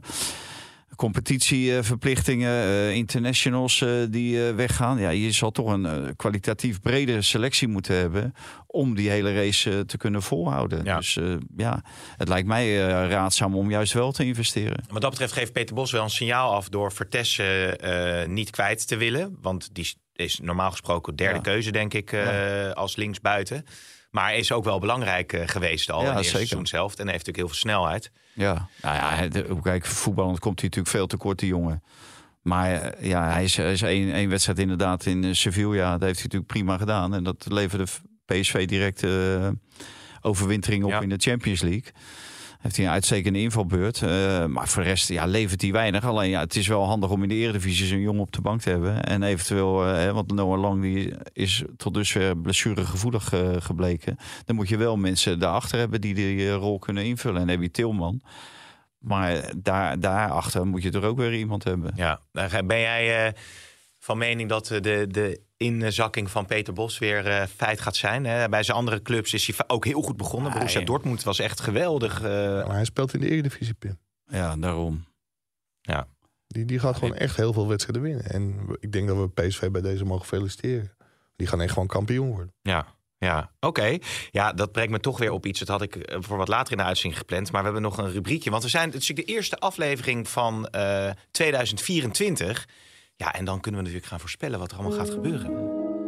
Competitieverplichtingen, uh, internationals uh, die uh, weggaan. Ja, je zal toch een uh, kwalitatief bredere selectie moeten hebben om die hele race uh, te kunnen volhouden. Ja. Dus uh, ja, het lijkt mij uh, raadzaam om juist wel te investeren. Wat dat betreft geeft Peter Bos wel een signaal af door Vertessen uh, niet kwijt te willen. Want die is normaal gesproken derde Ja. keuze, denk ik, uh, ja. als linksbuiten. Maar hij is ook wel belangrijk uh, geweest al Ja, in de eerste zeker. seizoenshelft. En heeft natuurlijk heel veel snelheid. Ja, nou ja, de, kijk, voetballend komt hij natuurlijk veel te kort, die jongen. Maar ja, hij is, hij is één, één wedstrijd inderdaad in Sevilla. Dat heeft hij natuurlijk prima gedaan. En dat leverde P S V direct uh, overwintering op Ja. in de Champions League. Heeft hij een uitstekende invalbeurt. Uh, maar voor de rest ja, levert hij weinig. Alleen ja, het is wel handig om in de Eredivisie zo'n jongen op de bank te hebben. En eventueel, uh, want Noah Lang die is tot dusver blessuregevoelig uh, gebleken. Dan moet je wel mensen daarachter hebben die die uh, rol kunnen invullen. En dan heb je Tilman. Maar daar, daarachter moet je er ook weer iemand hebben. Ja, ben jij uh, van mening dat uh, de, de inzakking van Peter Bos weer uh, feit gaat zijn? Hè? Bij zijn andere clubs is hij ook heel goed begonnen. Ah, Borussia ja. Dortmund was echt geweldig. Uh, Ja, maar hij speelt in de Eredivisie, Pim. Ja, daarom. ja. Die, die gaat gewoon echt heel veel wedstrijden winnen. En ik denk dat we P S V bij deze mogen feliciteren. Die gaan echt gewoon kampioen worden. Ja, ja. oké. Okay. Ja, dat brengt me toch weer op iets. Dat had ik voor wat later in de uitzending gepland. Maar we hebben nog een rubriekje. Want we zijn, het is natuurlijk de eerste aflevering van uh, tweeduizend vierentwintig. Ja, en dan kunnen we natuurlijk gaan voorspellen wat er allemaal gaat gebeuren.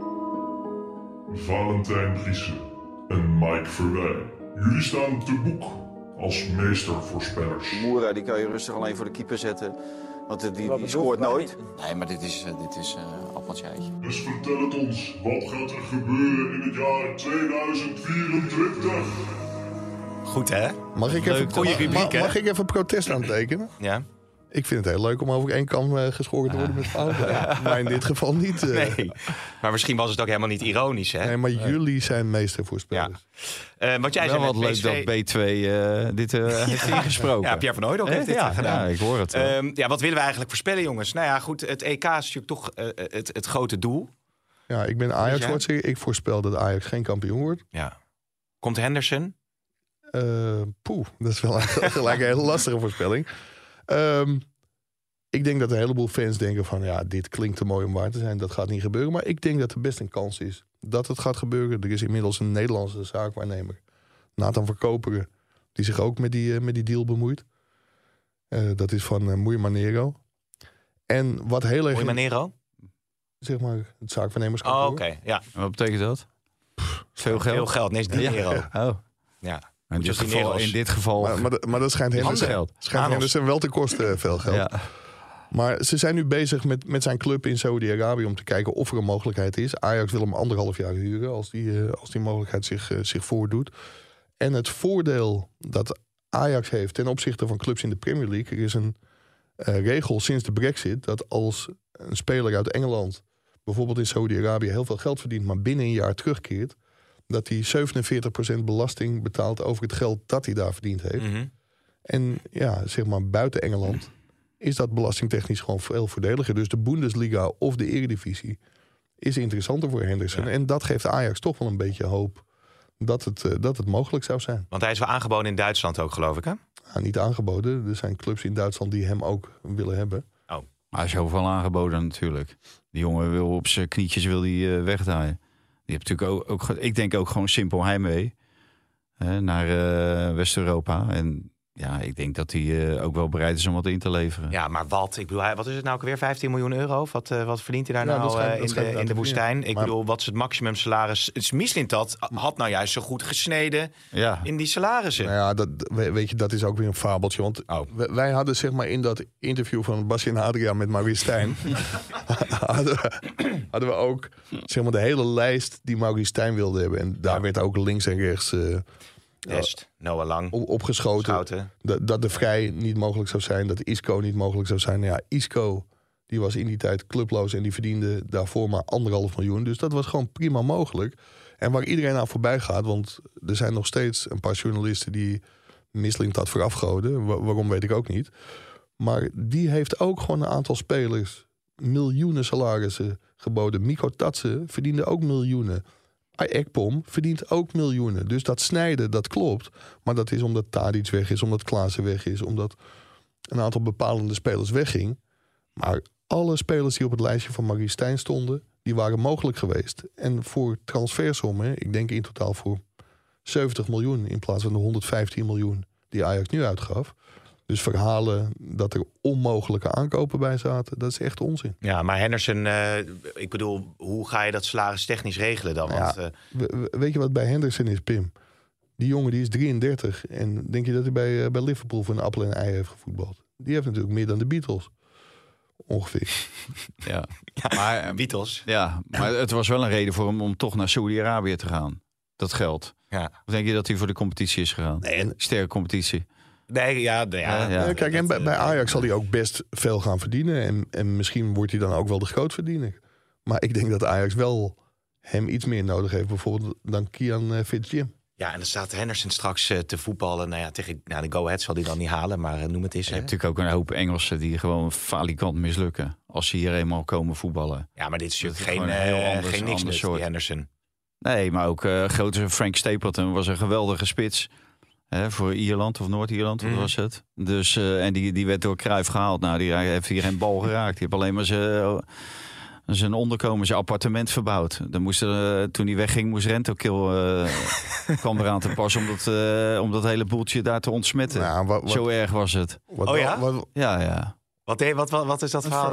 Valentijn Driessen en Mike Verwij. Jullie staan te boek als meestervoorspellers. Moura, die kan je rustig alleen voor de keeper zetten. Want die, die, die scoort nooit. Nee, maar dit is, uh, dit is uh, appeltje eitje. Dus vertel het ons, wat gaat er gebeuren in het jaar tweeduizend vierentwintig? Goed, hè? Mag ik, Leuk, even, goeie mag, rubriek, hè? mag ik even protest aantekenen? Ja. Ik vind het heel leuk om over één kam uh, geschoren te worden met fouten. Ja. Maar in dit geval niet. Uh... Nee, maar misschien was het ook helemaal niet ironisch, hè? Nee, maar nee. Jullie zijn meestervoorspellers. Ja. Uh, want jij wel zei wat leuk P S V... dat B twee uh, dit uh, heeft ingesproken. Ja, Pierre van Hooijdonk heeft dit ja, gedaan. Ja, ik hoor het. Um, ja, wat willen we eigenlijk voorspellen, jongens? Nou ja, goed, het E K is natuurlijk toch uh, het, het grote doel. Ja, ik ben Ajax-watcher. Ik voorspel dat Ajax geen kampioen wordt. Ja. Komt Henderson? Uh, poeh, dat is wel gelijk een hele lastige voorspelling. Um, Ik denk dat een heleboel fans denken van... ja, dit klinkt te mooi om waar te zijn. Dat gaat niet gebeuren. Maar ik denk dat er best een kans is dat het gaat gebeuren. Er is inmiddels een Nederlandse zaakwaarnemer. Nathan Verkoperen. Die zich ook met die, uh, met die deal bemoeit. Uh, dat is van uh, Moei Manero. En wat heel erg... Moei Manero? Zeg maar het zaakwaarnemerskantoor. Oh, oké. Okay. Ja. Wat betekent dat? Pff, veel geld? Veel geld. Nee, is dinero. Ja. Oh. Ja. In dit, geval, in dit geval... Maar, maar, maar dat schijnt Henderson, schijnt Henderson wel te kosten uh, veel geld. Ja. Maar ze zijn nu bezig met, met zijn club in Saudi-Arabië... om te kijken of er een mogelijkheid is. Ajax wil hem anderhalf jaar huren... als die, uh, als die mogelijkheid zich, uh, zich voordoet. En het voordeel dat Ajax heeft... ten opzichte van clubs in de Premier League... er is een uh, regel sinds de Brexit... dat als een speler uit Engeland... bijvoorbeeld in Saudi-Arabië heel veel geld verdient... maar binnen een jaar terugkeert... dat hij zevenenveertig procent belasting betaalt... over het geld dat hij daar verdiend heeft. Mm-hmm. En ja, zeg maar buiten Engeland... is dat belastingtechnisch gewoon veel voordeliger. Dus de Bundesliga of de Eredivisie is interessanter voor Henderson. Ja. En dat geeft Ajax toch wel een beetje hoop dat het, uh, dat het mogelijk zou zijn. Want hij is wel aangeboden in Duitsland ook, geloof ik, hè? Ja, niet aangeboden. Er zijn clubs in Duitsland die hem ook willen hebben. Oh. Maar hij is overal aangeboden natuurlijk. Die jongen wil op zijn knietjes wil die, uh, wegdraaien. Die heeft natuurlijk ook, ook, ik denk ook gewoon simpel heimwee hè, naar uh, West-Europa. En ja, ik denk dat hij uh, ook wel bereid is om wat in te leveren. Ja, maar wat? Ik bedoel, wat is het nou ook weer? vijftien miljoen euro? Wat, uh, wat verdient hij daar ja, nou schijnt, uh, in, de, in de woestijn? Ik maar... bedoel, wat is het maximumsalaris? Mislintat had nou juist zo goed gesneden ja. in die salarissen. Nou ja, dat, weet je, dat is ook weer een fabeltje. Want oh. wij hadden zeg maar in dat interview van Basje en Adriaan met Maurice Stijn... hadden, we, hadden we ook zeg maar de hele lijst die Maurice Stijn wilde hebben. En daar ja. werd ook links en rechts... Uh, Est, Noah Lang. Opgeschoten. Schouten. Dat, dat de Vrij niet mogelijk zou zijn. Dat Isco niet mogelijk zou zijn. Nou ja, Isco die was in die tijd clubloos. En die verdiende daarvoor maar anderhalf miljoen. Dus dat was gewoon prima mogelijk. En waar iedereen aan voorbij gaat. Want er zijn nog steeds een paar journalisten die Mislintat vooraf goden. Waar, waarom weet ik ook niet. Maar die heeft ook gewoon een aantal spelers miljoenen salarissen geboden. Mikko Tatsen verdiende ook miljoenen. Ekpom verdient ook miljoenen. Dus dat snijden, dat klopt. Maar dat is omdat Tadic weg is, omdat Klaassen weg is... omdat een aantal bepalende spelers wegging. Maar alle spelers die op het lijstje van Maurice Stijn stonden... die waren mogelijk geweest. En voor transfersommen, ik denk in totaal voor zeventig miljoen... in plaats van de honderdvijftien miljoen die Ajax nu uitgaf... Dus verhalen dat er onmogelijke aankopen bij zaten, dat is echt onzin. Ja, maar Henderson, uh, ik bedoel, hoe ga je dat salaris technisch regelen dan? Nou Want, ja, uh... weet je wat bij Henderson is, Pim? Die jongen die is drieëndertig en denk je dat hij bij, uh, bij Liverpool voor een appel en een ei heeft gevoetbald? Die heeft natuurlijk meer dan de Beatles. Ongeveer. Ja, ja maar Beatles. Ja, maar het was wel een reden voor hem om toch naar Saudi-Arabië te gaan. Dat geld. Ja. Of denk je dat hij voor de competitie is gegaan? Nee, en... Sterke competitie. Nee, ja, ja, ja. ja kijk, en bij, bij Ajax zal hij ook best veel gaan verdienen. En, en misschien wordt hij dan ook wel de grootverdiener. Maar ik denk dat Ajax wel hem iets meer nodig heeft, bijvoorbeeld dan Kian uh, Fitzjim. Ja, en dan staat Henderson straks uh, te voetballen. Nou ja, tegen nou, de Go Ahead zal hij dan niet halen, maar uh, noem het eens. Je hebt natuurlijk ook een hoop Engelsen die gewoon falikant mislukken als ze hier eenmaal komen voetballen. Ja, maar dit is natuurlijk geen, uh, anders, geen niks nut, die Henderson. Nee, maar ook uh, grote Frank Stapleton was een geweldige spits. Hè, voor Ierland of Noord-Ierland, wat mm. was het? Dus, uh, en die, die werd door Cruijff gehaald. Nou, die heeft hier geen bal geraakt. Die heeft alleen maar zijn, zijn onderkomen, zijn appartement verbouwd. Dan moest er, uh, toen hij wegging, moest Rentokil uh, kwam eraan te pas om dat, uh, om dat hele boeltje daar te ontsmetten. Nou, wat, wat, Zo erg was het. Wat, oh ja? Wat, ja, ja. Wat, wat, wat, wat is dat verhaal dan?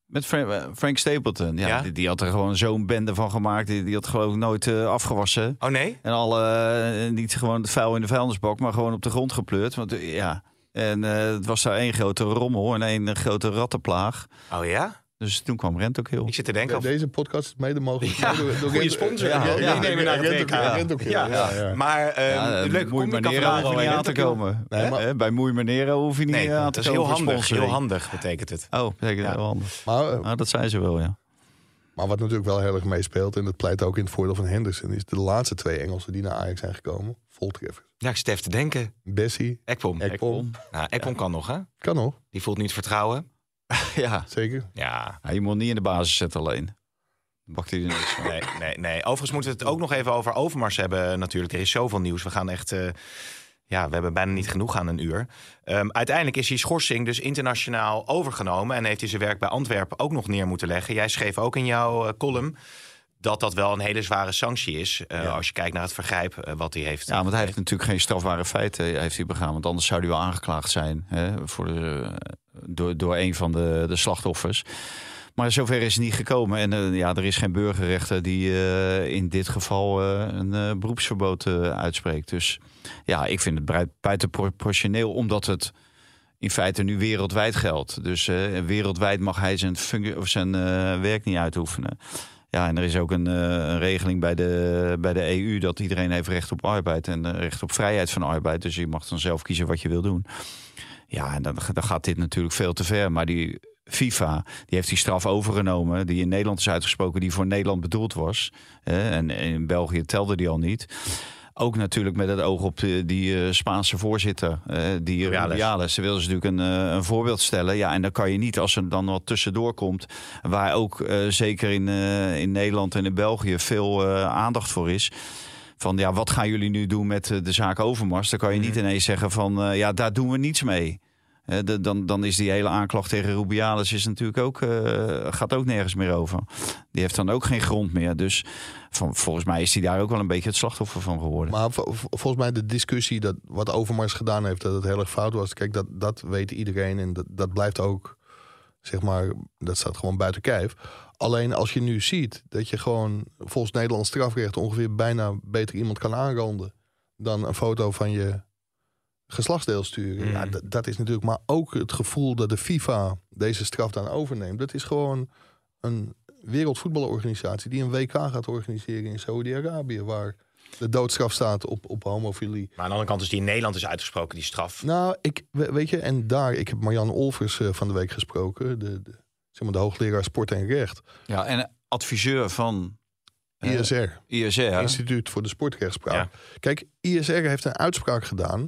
Met Fra- Frank Stapleton. Ja, Ja? Die, die had er gewoon zo'n bende van gemaakt. Die, die had geloof ik nooit uh, afgewassen. Oh nee? En alle, uh, niet gewoon het vuil in de vuilnisbak, maar gewoon op de grond gepleurd. Want uh, ja, en uh, het was daar één grote rommel en één grote rattenplaag. Oh ja? Dus toen kwam Rent ook heel. Ik zit te denken... De, deze podcast is mede mogelijk. Ja, door, door goede sponsor. Ja, Ja, ja, ja, ja, nemen naar het W K. ja, Ja. ja, ja. Maar um, Ja, leuke Moei Manera hoef je niet aan te komen. Nee, maar- Hè? Bij Moei Manera hoef je niet Nee, aan dat te is komen. heel voor handig. sponsoring. Heel handig betekent het. Oh, betekent Ja. heel handig. Maar, uh, Nou, dat zijn ze wel, ja. maar wat natuurlijk wel heel erg meespeelt, en dat pleit ook in het voordeel van Henderson, is de laatste twee Engelsen die naar Ajax zijn gekomen, voltreffers. Ja, ik zit even te denken. Bessie, Ekpom. Ekpom. Nou, Ekpom kan nog, hè? Kan nog, Die voelt nu het vertrouwen. ja. zeker. Ja. Ja, je moet niet in de basis zetten alleen. Dan bakt hij er niks van. Nee, nee, nee. Overigens moeten we het ook nog even over Overmars hebben natuurlijk. Er is zoveel nieuws. We gaan echt... Uh, ja, we hebben bijna niet genoeg aan een uur. Um, uiteindelijk is die schorsing dus internationaal overgenomen... en heeft hij zijn werk bij Antwerpen ook nog neer moeten leggen. Jij schreef ook in jouw uh, column dat dat wel een hele zware sanctie is... Uh, ja. als je kijkt naar het vergrijp uh, wat hij heeft. Ja, want hij heeft natuurlijk geen strafbare feiten heeft hij begaan. Want anders zou hij wel aangeklaagd zijn hè, voor de, door, door een van de, de slachtoffers. Maar zover is het niet gekomen. En uh, ja, er is geen burgerrechter die uh, in dit geval uh, een uh, beroepsverbod uh, uitspreekt. Dus ja, ik vind het buitenproportioneel, omdat het in feite nu wereldwijd geldt. Dus uh, wereldwijd mag hij zijn, func- of zijn uh, werk niet uitoefenen. Ja, en er is ook een, uh, een regeling bij de, bij de E U dat iedereen heeft recht op arbeid en uh, recht op vrijheid van arbeid. Dus je mag dan zelf kiezen wat je wil doen. Ja, en dan, dan gaat dit natuurlijk veel te ver. Maar die FIFA, die heeft die straf overgenomen die in Nederland is uitgesproken, die voor Nederland bedoeld was. Uh, en in België telde die al niet. Ook natuurlijk met het oog op de, die uh, Spaanse voorzitter, uh, die Rubiales. Ze wilden ze natuurlijk een, uh, een voorbeeld stellen. Ja, en dan kan je niet, als er dan wat tussendoor komt, waar ook uh, zeker in, uh, in Nederland en in België veel uh, aandacht voor is. Van ja, wat gaan jullie nu doen met uh, de zaak Overmars? Dan kan je niet ineens zeggen van uh, ja, daar doen we niets mee. Uh, de, dan, dan is die hele aanklacht tegen Rubiales is natuurlijk ook, uh, gaat ook nergens meer over. Die heeft dan ook geen grond meer. Dus van, volgens mij is hij daar ook wel een beetje het slachtoffer van geworden. Maar v- v- volgens mij de discussie dat wat Overmars gedaan heeft, dat het heel erg fout was. Kijk, dat, dat weet iedereen en dat, dat blijft ook, zeg maar, dat staat gewoon buiten kijf. Alleen als je nu ziet dat je gewoon volgens Nederlands strafrecht ongeveer bijna beter iemand kan aanranden dan een foto van je geslachtsdeel sturen. Mm. Ja, d- dat is natuurlijk maar ook het gevoel dat de FIFA deze straf dan overneemt. Dat is gewoon een wereldvoetbalorganisatie die een W K gaat organiseren in Saudi-Arabië, waar de doodstraf staat op, op homofilie. Maar aan de andere kant is die in Nederland is uitgesproken, die straf. Nou, ik we- weet je, en daar, ik heb Marianne Olvers uh, van de week gesproken, de, de, zeg maar de hoogleraar sport en recht. Ja, en adviseur van uh, I S R. I S R. Instituut voor de Sportrechtspraak. Ja. Kijk, I S R heeft een uitspraak gedaan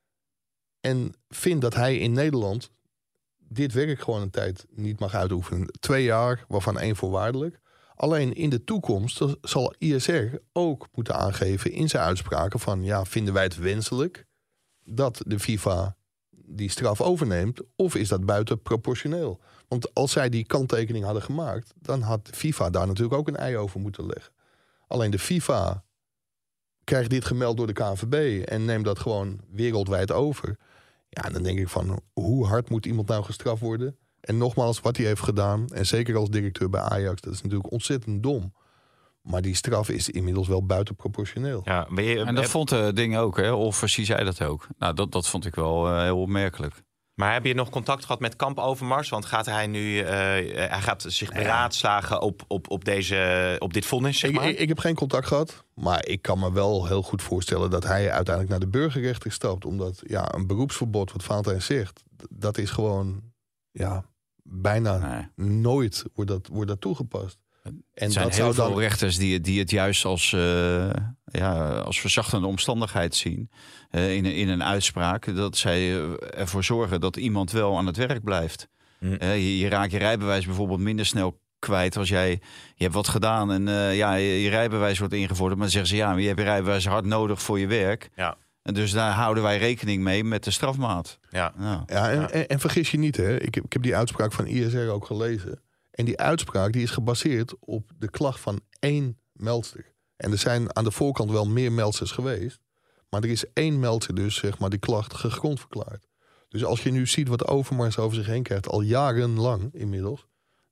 en vindt dat hij in Nederland dit werk gewoon een tijd niet mag uitoefenen. Twee jaar, waarvan één voorwaardelijk. Alleen in de toekomst zal I S R ook moeten aangeven in zijn uitspraken van ja, vinden wij het wenselijk dat de FIFA die straf overneemt, of is dat buitenproportioneel? Want als zij die kanttekening hadden gemaakt, dan had de FIFA daar natuurlijk ook een ei over moeten leggen. Alleen de FIFA krijgt dit gemeld door de K N V B en neemt dat gewoon wereldwijd over. Ja, dan denk ik van, hoe hard moet iemand nou gestraft worden? En nogmaals, wat hij heeft gedaan, en zeker als directeur bij Ajax, dat is natuurlijk ontzettend dom. Maar die straf is inmiddels wel buitenproportioneel. Ja, ben je, En dat heb, vond de ding ook, hè? Of zie zei dat ook. Nou, dat, dat vond ik wel uh, heel opmerkelijk. maar heb je nog contact gehad met Kamp Overmars? Want gaat hij nu, uh, hij gaat zich beraadslagen op, op, op, deze, op dit vonnis, zeg Ik, maar? ik, ik heb geen contact gehad, maar ik kan me wel heel goed voorstellen dat hij uiteindelijk naar de burgerrechter stapt. Omdat ja, een beroepsverbod, wat Valentijn zegt, d- dat is gewoon ja, bijna Nee. nooit wordt dat, wordt dat toegepast. En Er zijn dat heel zou veel dan rechters die, die het juist als, uh, ja, als verzachtende omstandigheid zien uh, in, in een uitspraak. Dat zij uh, ervoor zorgen dat iemand wel aan het werk blijft. Hm. Uh, je, je raakt je rijbewijs bijvoorbeeld minder snel kwijt als jij... Je hebt wat gedaan en uh, ja, je, je rijbewijs wordt ingevorderd. Maar dan zeggen ze ja, maar je hebt je rijbewijs hard nodig voor je werk. Ja. En dus daar houden wij rekening mee met de strafmaat. Ja. Nou. Ja, en, Ja. En, en vergis je niet, hè. Ik heb, ik heb die uitspraak van I S R ook gelezen. En die uitspraak die is gebaseerd op de klacht van één meldster. En er zijn aan de voorkant wel meer meldsters geweest. Maar er is één meldster dus, zeg maar, die klacht gegrond verklaard. Dus als je nu ziet wat Overmars over zich heen krijgt, al jarenlang inmiddels,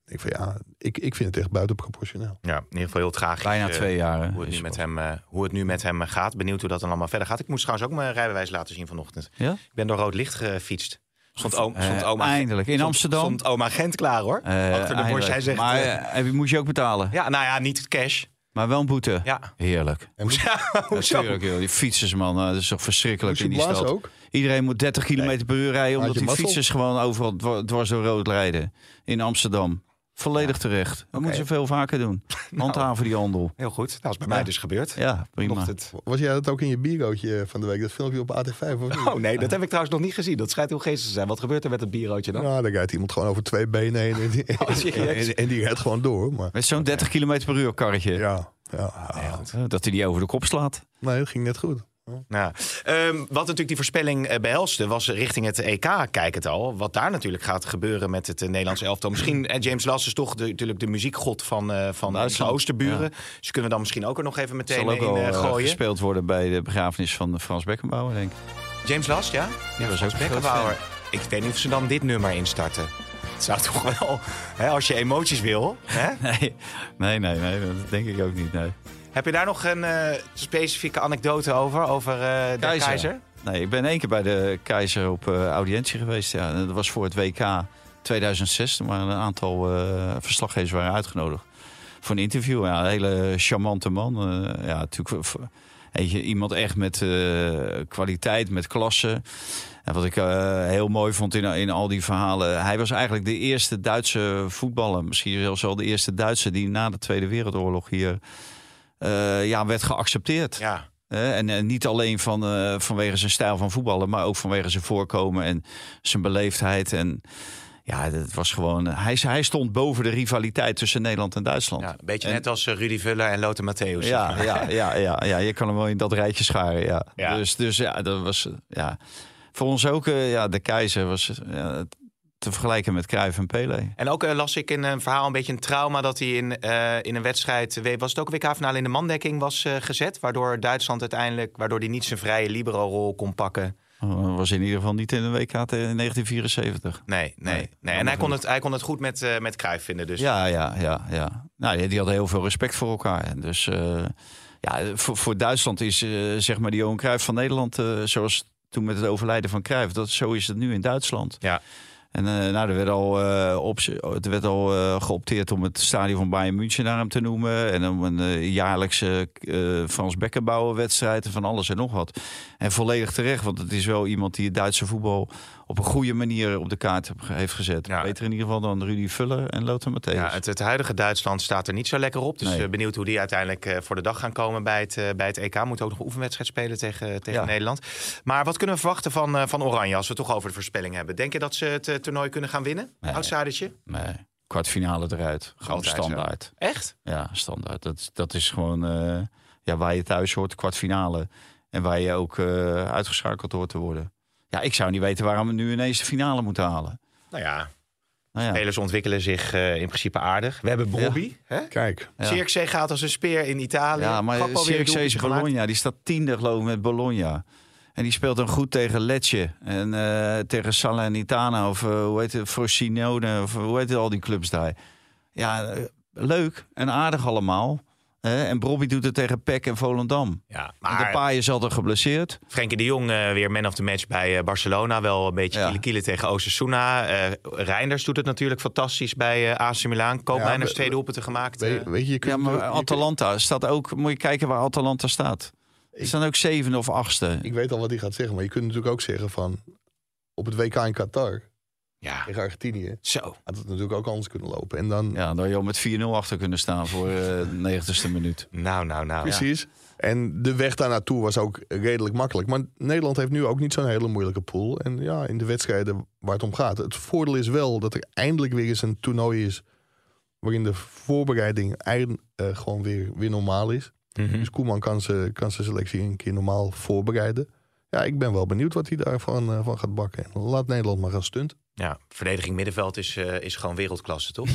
Ik van ja, ik, ik vind het echt buitenproportioneel. Ja, in ieder geval heel tragisch. Bijna uh, twee jaar. Hè, hoe, het nu met hem, uh, hoe het nu met hem gaat. Benieuwd hoe dat dan allemaal verder gaat. Ik moest trouwens ook mijn rijbewijs laten zien vanochtend. Ja? Ik ben door rood licht gefietst. Stond, oom, stond uh, oma, eindelijk, in stond, Amsterdam. Stond oma Gent klaar hoor. Uh, Achter de borst. Hij zegt, maar uh, uh, moest je ook betalen? Ja, nou ja, niet cash. Maar wel een boete? Ja. Heerlijk. En moest, ja, Natuurlijk, joh. Die fietsers, man. Uh, dat is toch verschrikkelijk in die stad. ook? Iedereen moet dertig kilometer per uur rijden... omdat die mazzel? fietsers gewoon overal dwars door rood rijden. In Amsterdam. Volledig ja. terecht. Dat okay. moeten ze veel vaker doen. Handhaven die handel. Heel goed. Dat is bij ja. mij dus gebeurd. Ja, prima. Het... Was jij dat ook in je bierootje van de week? Dat filmpje op A T vijf? Of niet? Oh nee, dat heb ik trouwens nog niet gezien. Dat schijnt heel geestig te zijn. Wat gebeurt er met het bierootje dan? Nou, dan rijdt iemand gewoon over twee benen heen. En die, en, en, en die rijdt gewoon door. Maar... Met zo'n dertig kilometer per uur karretje. Ja. ja. Nee, dat hij die over de kop slaat. Nee, dat ging net goed. Nou, um, wat natuurlijk die voorspelling uh, behelste was richting het E K, kijk het al. Wat daar natuurlijk gaat gebeuren met het uh, Nederlandse elftal. Misschien, uh, James Lass is toch de, natuurlijk de muziekgod van, uh, van de Oosterburen. Ja. Dus kunnen we dan misschien ook er nog even meteen zal ook in uh, al, gooien. Uh, gespeeld worden bij de begrafenis van Frans Beckenbauer, denk ik. James Lass, ja? Ja, ja was Frans ook Beckenbauer. Ik weet niet of ze dan dit nummer instarten. Het zou toch wel, hè, als je emoties wil. Hè? Nee, nee, nee, nee, dat denk ik ook niet, nee. Heb je daar nog een uh, specifieke anekdote over, over uh, de keizer. keizer? Nee, ik ben één keer bij de keizer op uh, audiëntie geweest. Ja. Dat was voor het W K tweeduizend zes. Maar een aantal uh, verslaggevers waren uitgenodigd voor een interview. Ja, een hele charmante man. Uh, ja, natuurlijk weet je, iemand echt met uh, kwaliteit, met klasse. En wat ik uh, heel mooi vond in, in al die verhalen... hij was eigenlijk de eerste Duitse voetballer... misschien zelfs wel de eerste Duitse... die na de Tweede Wereldoorlog hier... Uh, ja, werd geaccepteerd. Ja. Uh, en, en niet alleen van, uh, vanwege zijn stijl van voetballen, maar ook vanwege zijn voorkomen en zijn beleefdheid. En ja, dat was gewoon. Uh, hij, hij stond boven de rivaliteit tussen Nederland en Duitsland. Ja, een beetje en, net als uh, Rudy Vuller en Lothar Matthäus. Ja, ja, ja, ja, ja, je kan hem wel in dat rijtje scharen. Ja. Ja. Dus, dus ja, dat was. Ja. Voor ons ook, uh, ja, de keizer was. Ja, te vergelijken met Cruijff en Pelé. En ook uh, las ik in een verhaal een beetje een trauma... dat hij in, uh, in een wedstrijd... was het ook een W K-finale in de mandekking was uh, gezet... waardoor Duitsland uiteindelijk... waardoor hij niet zijn vrije libero-rol kon pakken. Oh, was in ieder geval niet in de W K in negentien vierenzeventig. Nee, nee. nee. nee. En hij kon, het, hij kon het goed met, uh, met Cruijff vinden. Dus. Ja, ja, ja, ja. Nou, die hadden heel veel respect voor elkaar. En dus uh, ja, voor, voor Duitsland is uh, zeg maar die Johan Cruijff van Nederland... Uh, zoals toen met het overlijden van Cruijff. Dat, zo is het nu in Duitsland. Ja. En uh, nou, er werd al, uh, op, er werd al uh, geopteerd om het stadion van Bayern München naar hem te noemen. En om een uh, jaarlijkse uh, Frans Beckenbauer wedstrijd en van alles en nog wat. En volledig terecht, want het is wel iemand die het Duitse voetbal op een goede manier op de kaart heeft gezet. Ja. Beter in ieder geval dan Rudy Vuller en Lothar Matthäus. Ja, het, het huidige Duitsland staat er niet zo lekker op. Dus nee. uh, benieuwd hoe die uiteindelijk uh, voor de dag gaan komen bij het, uh, bij het E K. Moet ook nog een oefenwedstrijd spelen tegen, tegen ja. Nederland. Maar wat kunnen we verwachten van, uh, van Oranje als we het toch over de voorspelling hebben? Denk je dat ze het uh, toernooi kunnen gaan winnen? Nee. Outsidertje? Nee. Kwartfinale eruit. Gewoon Altijd standaard. Zo. Echt? Ja, standaard. Dat, dat is gewoon uh, ja, waar je thuis hoort, kwartfinale. En waar je ook uh, uitgeschakeld hoort te worden. Ja, ik zou niet weten waarom we nu ineens de finale moeten halen. Nou ja, nou ja. spelers ontwikkelen zich uh, in principe aardig. We hebben Bobby. Ja. Hè? Kijk. Ja. Zirkzee gaat als een speer in Italië. Ja, maar Zirkzee is Bologna. Die staat tiende geloof ik met Bologna. En die speelt dan goed tegen Lecce. En uh, tegen Salernitana of uh, hoe heet het, Frosinone. Of hoe heet het, al die clubs daar. Ja, uh, leuk en aardig allemaal. Uh, en Bobby doet het tegen P E C en Volendam. Ja, maar en de paai is altijd geblesseerd. Frenkie de Jong uh, weer man of the match bij uh, Barcelona. Wel een beetje kiele kiele tegen Osasuna. Uh, Reinders doet het natuurlijk fantastisch bij uh, A C Milan. Koopmeiners ja, twee doelpunten gemaakt. Weet, weet je, je kunt, ja, maar je Atalanta kunt... staat ook... Moet je kijken waar Atalanta staat. Ze staan ook zevende of achtste. Ik weet al wat hij gaat zeggen. Maar je kunt natuurlijk ook zeggen van... op het W K in Qatar... Ja. Tegen Argentinië. Zo. Had het natuurlijk ook anders kunnen lopen. En dan... Ja, dan had je al met vier nul achter kunnen staan voor de uh, negentigste minuut. Nou, nou, nou. Precies. Ja. En de weg daar naartoe was ook redelijk makkelijk. Maar Nederland heeft nu ook niet zo'n hele moeilijke pool. En ja, in de wedstrijden waar het om gaat. Het voordeel is wel dat er eindelijk weer eens een toernooi is... waarin de voorbereiding eind, uh, gewoon weer, weer normaal is. Mm-hmm. Dus Koeman kan zijn kan selectie een keer normaal voorbereiden. Ja, ik ben wel benieuwd wat hij daarvan uh, van gaat bakken. En laat Nederland maar gaan stunten. Ja, verdediging middenveld is, uh, is gewoon wereldklasse, toch?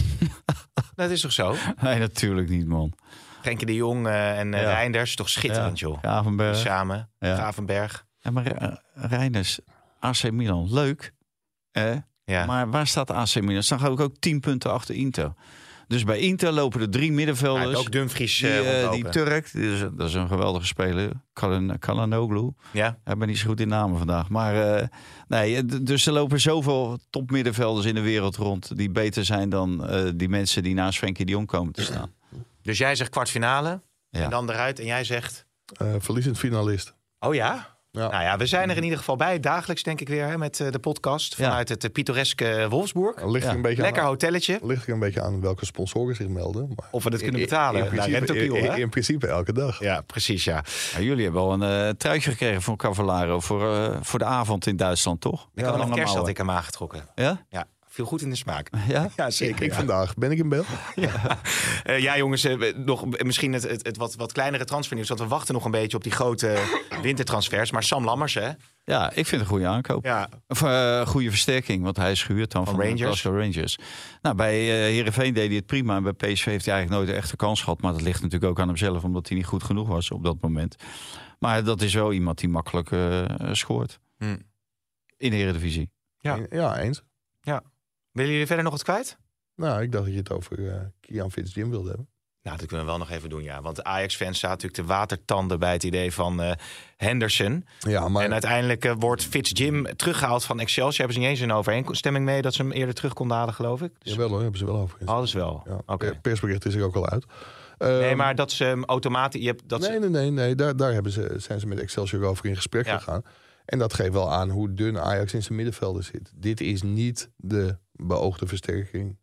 Dat is toch zo? Nee, natuurlijk niet, man. Frenkie de Jong uh, en uh, ja. Reinders, toch schitterend, ja. joh. Gravenberg. Samen, ja. Gravenberg. Ja, maar uh, Reinders, A C Milan, leuk. Eh? Ja. Maar waar staat A C Milan? Dan ga ik ook tien punten achter Inter. Dus bij Inter lopen er drie middenvelders. Ja, ook Dumfries die, uh, uh, die Turk, die is, dat is een geweldige speler. Kalan, Kalanoglu. Ja. Ik ben niet zo goed in namen vandaag. Maar uh, nee, dus er lopen zoveel topmiddenvelders in de wereld rond... die beter zijn dan uh, die mensen die naast Frenkie de Jong komen te staan. Dus jij zegt kwartfinale ja. en dan eruit. En jij zegt... Uh, verliezend finalist. Oh ja? Ja. Nou ja, we zijn er in ieder geval bij. Dagelijks denk ik weer hè, met uh, de podcast. Vanuit ja. het uh, pittoreske Wolfsburg. Ligt er ja. een beetje Lekker aan, hotelletje. Ligt er een beetje aan welke sponsoren zich melden. Maar of we het kunnen betalen. In, in, in, principe, Rentokil, in, in, hè? in principe elke dag. Ja, precies ja. ja jullie hebben al een uh, truitje gekregen van Cavallaro voor, uh, voor de avond in Duitsland, toch? Ik had een kerst had ik hem aangetrokken. Ja? Ja. Viel goed in de smaak. Ja, ja zeker. Ik, ik ja. vandaag. Ben ik in beeld? Ja, uh, ja jongens, uh, nog misschien het, het, het wat, wat kleinere transfernieuws. Want we wachten nog een beetje op die grote wintertransfers. Maar Sam Lammers, hè? Ja, ik vind het een goede aankoop. Ja. Of een uh, goede versterking, want hij is gehuurd dan van, van Rangers. Glasgow Rangers. Nou, bij uh, Heerenveen deed hij het prima. En bij P S V heeft hij eigenlijk nooit een echte kans gehad. Maar dat ligt natuurlijk ook aan hemzelf, omdat hij niet goed genoeg was op dat moment. Maar dat is wel iemand die makkelijk uh, scoort. Hmm. In de Eredivisie. Ja, ja eens. Ja. Willen jullie verder nog wat kwijt? Nou, ik dacht dat je het over uh, Kian Fitzjim wilde hebben. Nou, dat kunnen we wel nog even doen, ja. Want de Ajax-fans zaten natuurlijk te watertanden bij het idee van uh, Henderson. Ja, maar... En uiteindelijk uh, wordt Fitzjim teruggehaald van Excelsior. Hebben ze niet eens een overeenstemming mee dat ze hem eerder terug konden halen, geloof ik? Dus... Jawel hoor, hebben ze wel over. Alles wel, ja. oké. Okay. Persbericht is er ook al uit. Uh, nee, maar dat ze um, automatisch... Je hebt, dat nee, ze... nee, nee, nee. Daar, daar hebben ze, zijn ze met Excelsior over in gesprek ja. gegaan. En dat geeft wel aan hoe dun Ajax in zijn middenvelden zit. Dit is niet de beoogde versterking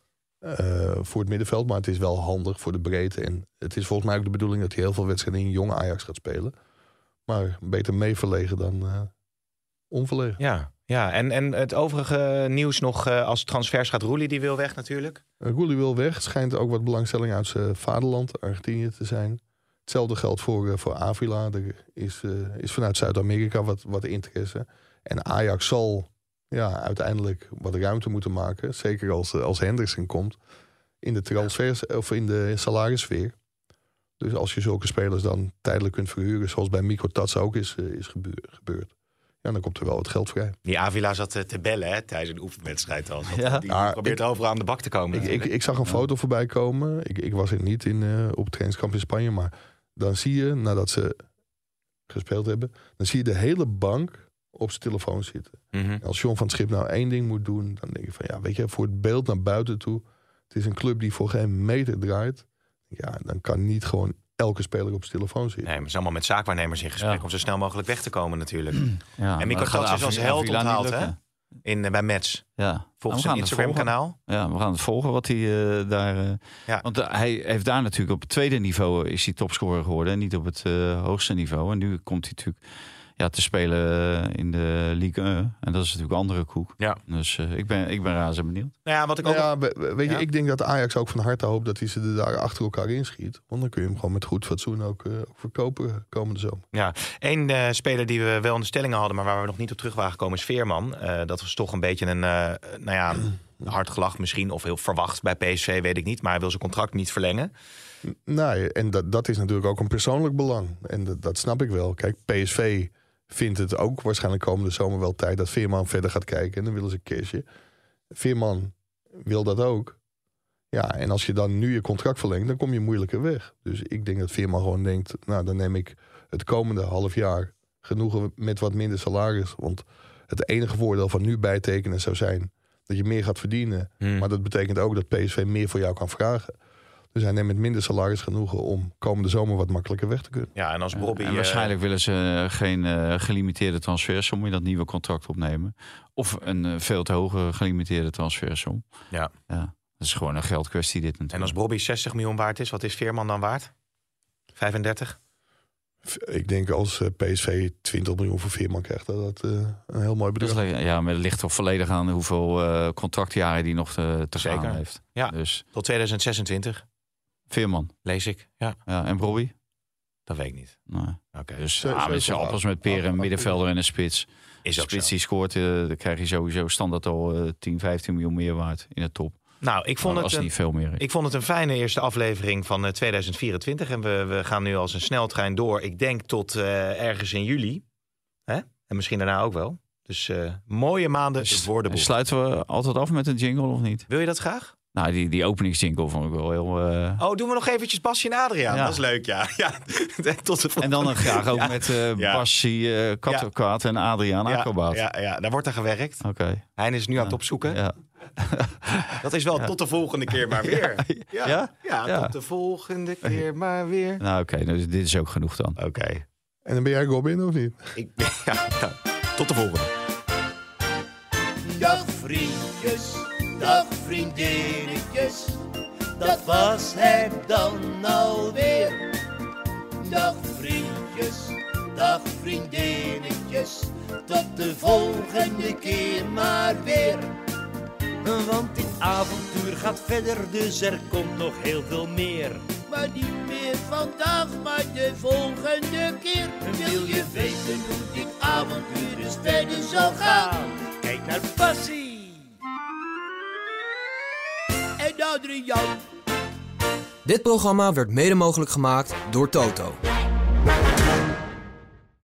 uh, voor het middenveld. Maar het is wel handig voor de breedte. En het is volgens mij ook de bedoeling dat hij heel veel wedstrijden in jonge Ajax gaat spelen. Maar beter mee verlegen dan uh, onverlegen. Ja, ja. En, en het overige nieuws nog uh, als transfers gaat Roelie, die wil weg natuurlijk. Uh, Roelie wil weg. Schijnt ook wat belangstelling uit zijn vaderland, Argentinië, te zijn. Hetzelfde geldt voor, uh, voor Avila. Er is, uh, is vanuit Zuid-Amerika wat, wat interesse. En Ajax zal ja, uiteindelijk wat ruimte moeten maken. Zeker als, als Henderson komt. In de transfers of in de salarissfeer. Dus als je zulke spelers dan tijdelijk kunt verhuren. Zoals bij Mikko Tats ook is, uh, is gebeurd. Ja, dan komt er wel wat geld vrij. Die Avila zat uh, te bellen hè, tijdens een oefenwedstrijd. Al. Ja. Die ja, probeert ik, overal aan de bak te komen. Ik, ik, ik zag een foto voorbij komen. Ik, ik was er niet in, uh, op het trainingskamp in Spanje. Maar dan zie je, nadat ze gespeeld hebben... dan zie je de hele bank op zijn telefoon zitten. Mm-hmm. Als John van het Schip nou één ding moet doen... dan denk ik van, ja, weet je, voor het beeld naar buiten toe... het is een club die voor geen meter draait. Ja, dan kan niet gewoon elke speler op zijn telefoon zitten. Nee, maar ze zijn allemaal met zaakwaarnemers in gesprek... Ja. om zo snel mogelijk weg te komen natuurlijk. Ja, en Mikko Tats is als held onthaald, hè? In, uh, bij Metz. Ja. Volgens zijn Instagram-kanaal. Ja, we gaan het volgen wat hij uh, daar... Uh, ja. Want uh, hij heeft daar natuurlijk op het tweede niveau... is hij topscorer geworden en niet op het uh, hoogste niveau. En nu komt hij natuurlijk ja, te spelen in de Ligue één. En dat is natuurlijk een andere koek. Ja. Dus uh, ik ben, ik ben razend benieuwd. Nou ja, wat ik ook... Nou ja, weet je, ja? ik denk dat Ajax ook van harte hoopt... dat hij ze er daar achter elkaar inschiet. Want dan kun je hem gewoon met goed fatsoen ook, uh, ook verkopen komende zomer. Ja, één uh, speler die we wel in de stellingen hadden... maar waar we nog niet op terug waren gekomen is Veerman. Uh, dat was toch een beetje een, uh, nou ja, een hard gelach misschien... of heel verwacht bij P S V, weet ik niet. Maar hij wil zijn contract niet verlengen. Nee, en dat, dat is natuurlijk ook een persoonlijk belang. En dat, dat snap ik wel. Kijk, P S V... vindt het ook waarschijnlijk komende zomer wel tijd... dat Veerman verder gaat kijken en dan willen ze cashje. Veerman wil dat ook. Ja, en als je dan nu je contract verlengt... dan kom je moeilijker weg. Dus ik denk dat Veerman gewoon denkt... nou, dan neem ik het komende half jaar... genoegen met wat minder salaris. Want het enige voordeel van nu bijtekenen zou zijn... dat je meer gaat verdienen. Hmm. Maar dat betekent ook dat P S V meer voor jou kan vragen... Dus hij neemt met minder salaris genoegen om komende zomer wat makkelijker weg te kunnen. Ja, en als Bobby... En waarschijnlijk uh... willen ze geen uh, gelimiteerde transfersom in dat nieuwe contract opnemen. Of een uh, veel te hoge gelimiteerde transfersom. Ja. ja. Dat is gewoon een geldkwestie dit natuurlijk. En als Bobby zestig miljoen waard is, wat is Veerman dan waard? vijfendertig? Ik denk als uh, P S V twintig miljoen voor Veerman krijgt, dat dat uh, een heel mooi bedrag is. Ja, maar het ligt toch volledig aan hoeveel uh, contractjaren die nog te, te gaan heeft. Ja, dus. Tot tweeduizend zesentwintig. Veerman. Lees ik, ja. ja en Bobby? Dat weet ik niet. Nee. Oké. Okay. Dus ja, met z'n appels met peren, een middenvelder en een spits. Is de spits die scoort, uh, dan krijg je sowieso standaard al uh, tien, vijftien miljoen meer waard in de top. Nou, ik vond, nou, het een, niet veel meer ik vond het een fijne eerste aflevering van uh, tweeduizend vierentwintig. En we, we gaan nu als een sneltrein door. Ik denk tot uh, ergens in juli. Hè? En misschien daarna ook wel. Dus uh, mooie maanden het woordenboek. Sluiten we altijd af met een jingle of niet? Wil je dat graag? Nou, die, die openingsjingle vond ik wel heel... Uh... Oh, doen we nog eventjes Basje en Adriaan. Ja. Dat is leuk, ja. ja. Tot de en dan uh, graag ook ja. met uh, ja. Basje, uh, Kattenkwaad ja. en Adriaan ja. Acrobaat. Ja, ja, daar wordt er gewerkt. Oké. Okay. Hein is nu ja. aan het opzoeken. Ja. Dat is wel ja. tot de volgende keer maar weer. Ja, ja? ja, ja. tot de volgende keer maar weer. Nou, oké. Okay. Dus dit is ook genoeg dan. Oké. Okay. En dan ben jij Robin, of niet? Ik ben, ja, ja. Tot de volgende. Dag vriendjes, dag vriendinnetjes, dat was het dan alweer. Dag vriendjes, dag vriendinnetjes, tot de volgende keer maar weer. Want dit avontuur gaat verder, dus er komt nog heel veel meer. Maar niet meer vandaag, maar de volgende keer. Wil je weten hoe dit avontuur dus verder zal gaan? Kijk naar Bassie en Adriaan. Dit programma werd mede mogelijk gemaakt door Toto.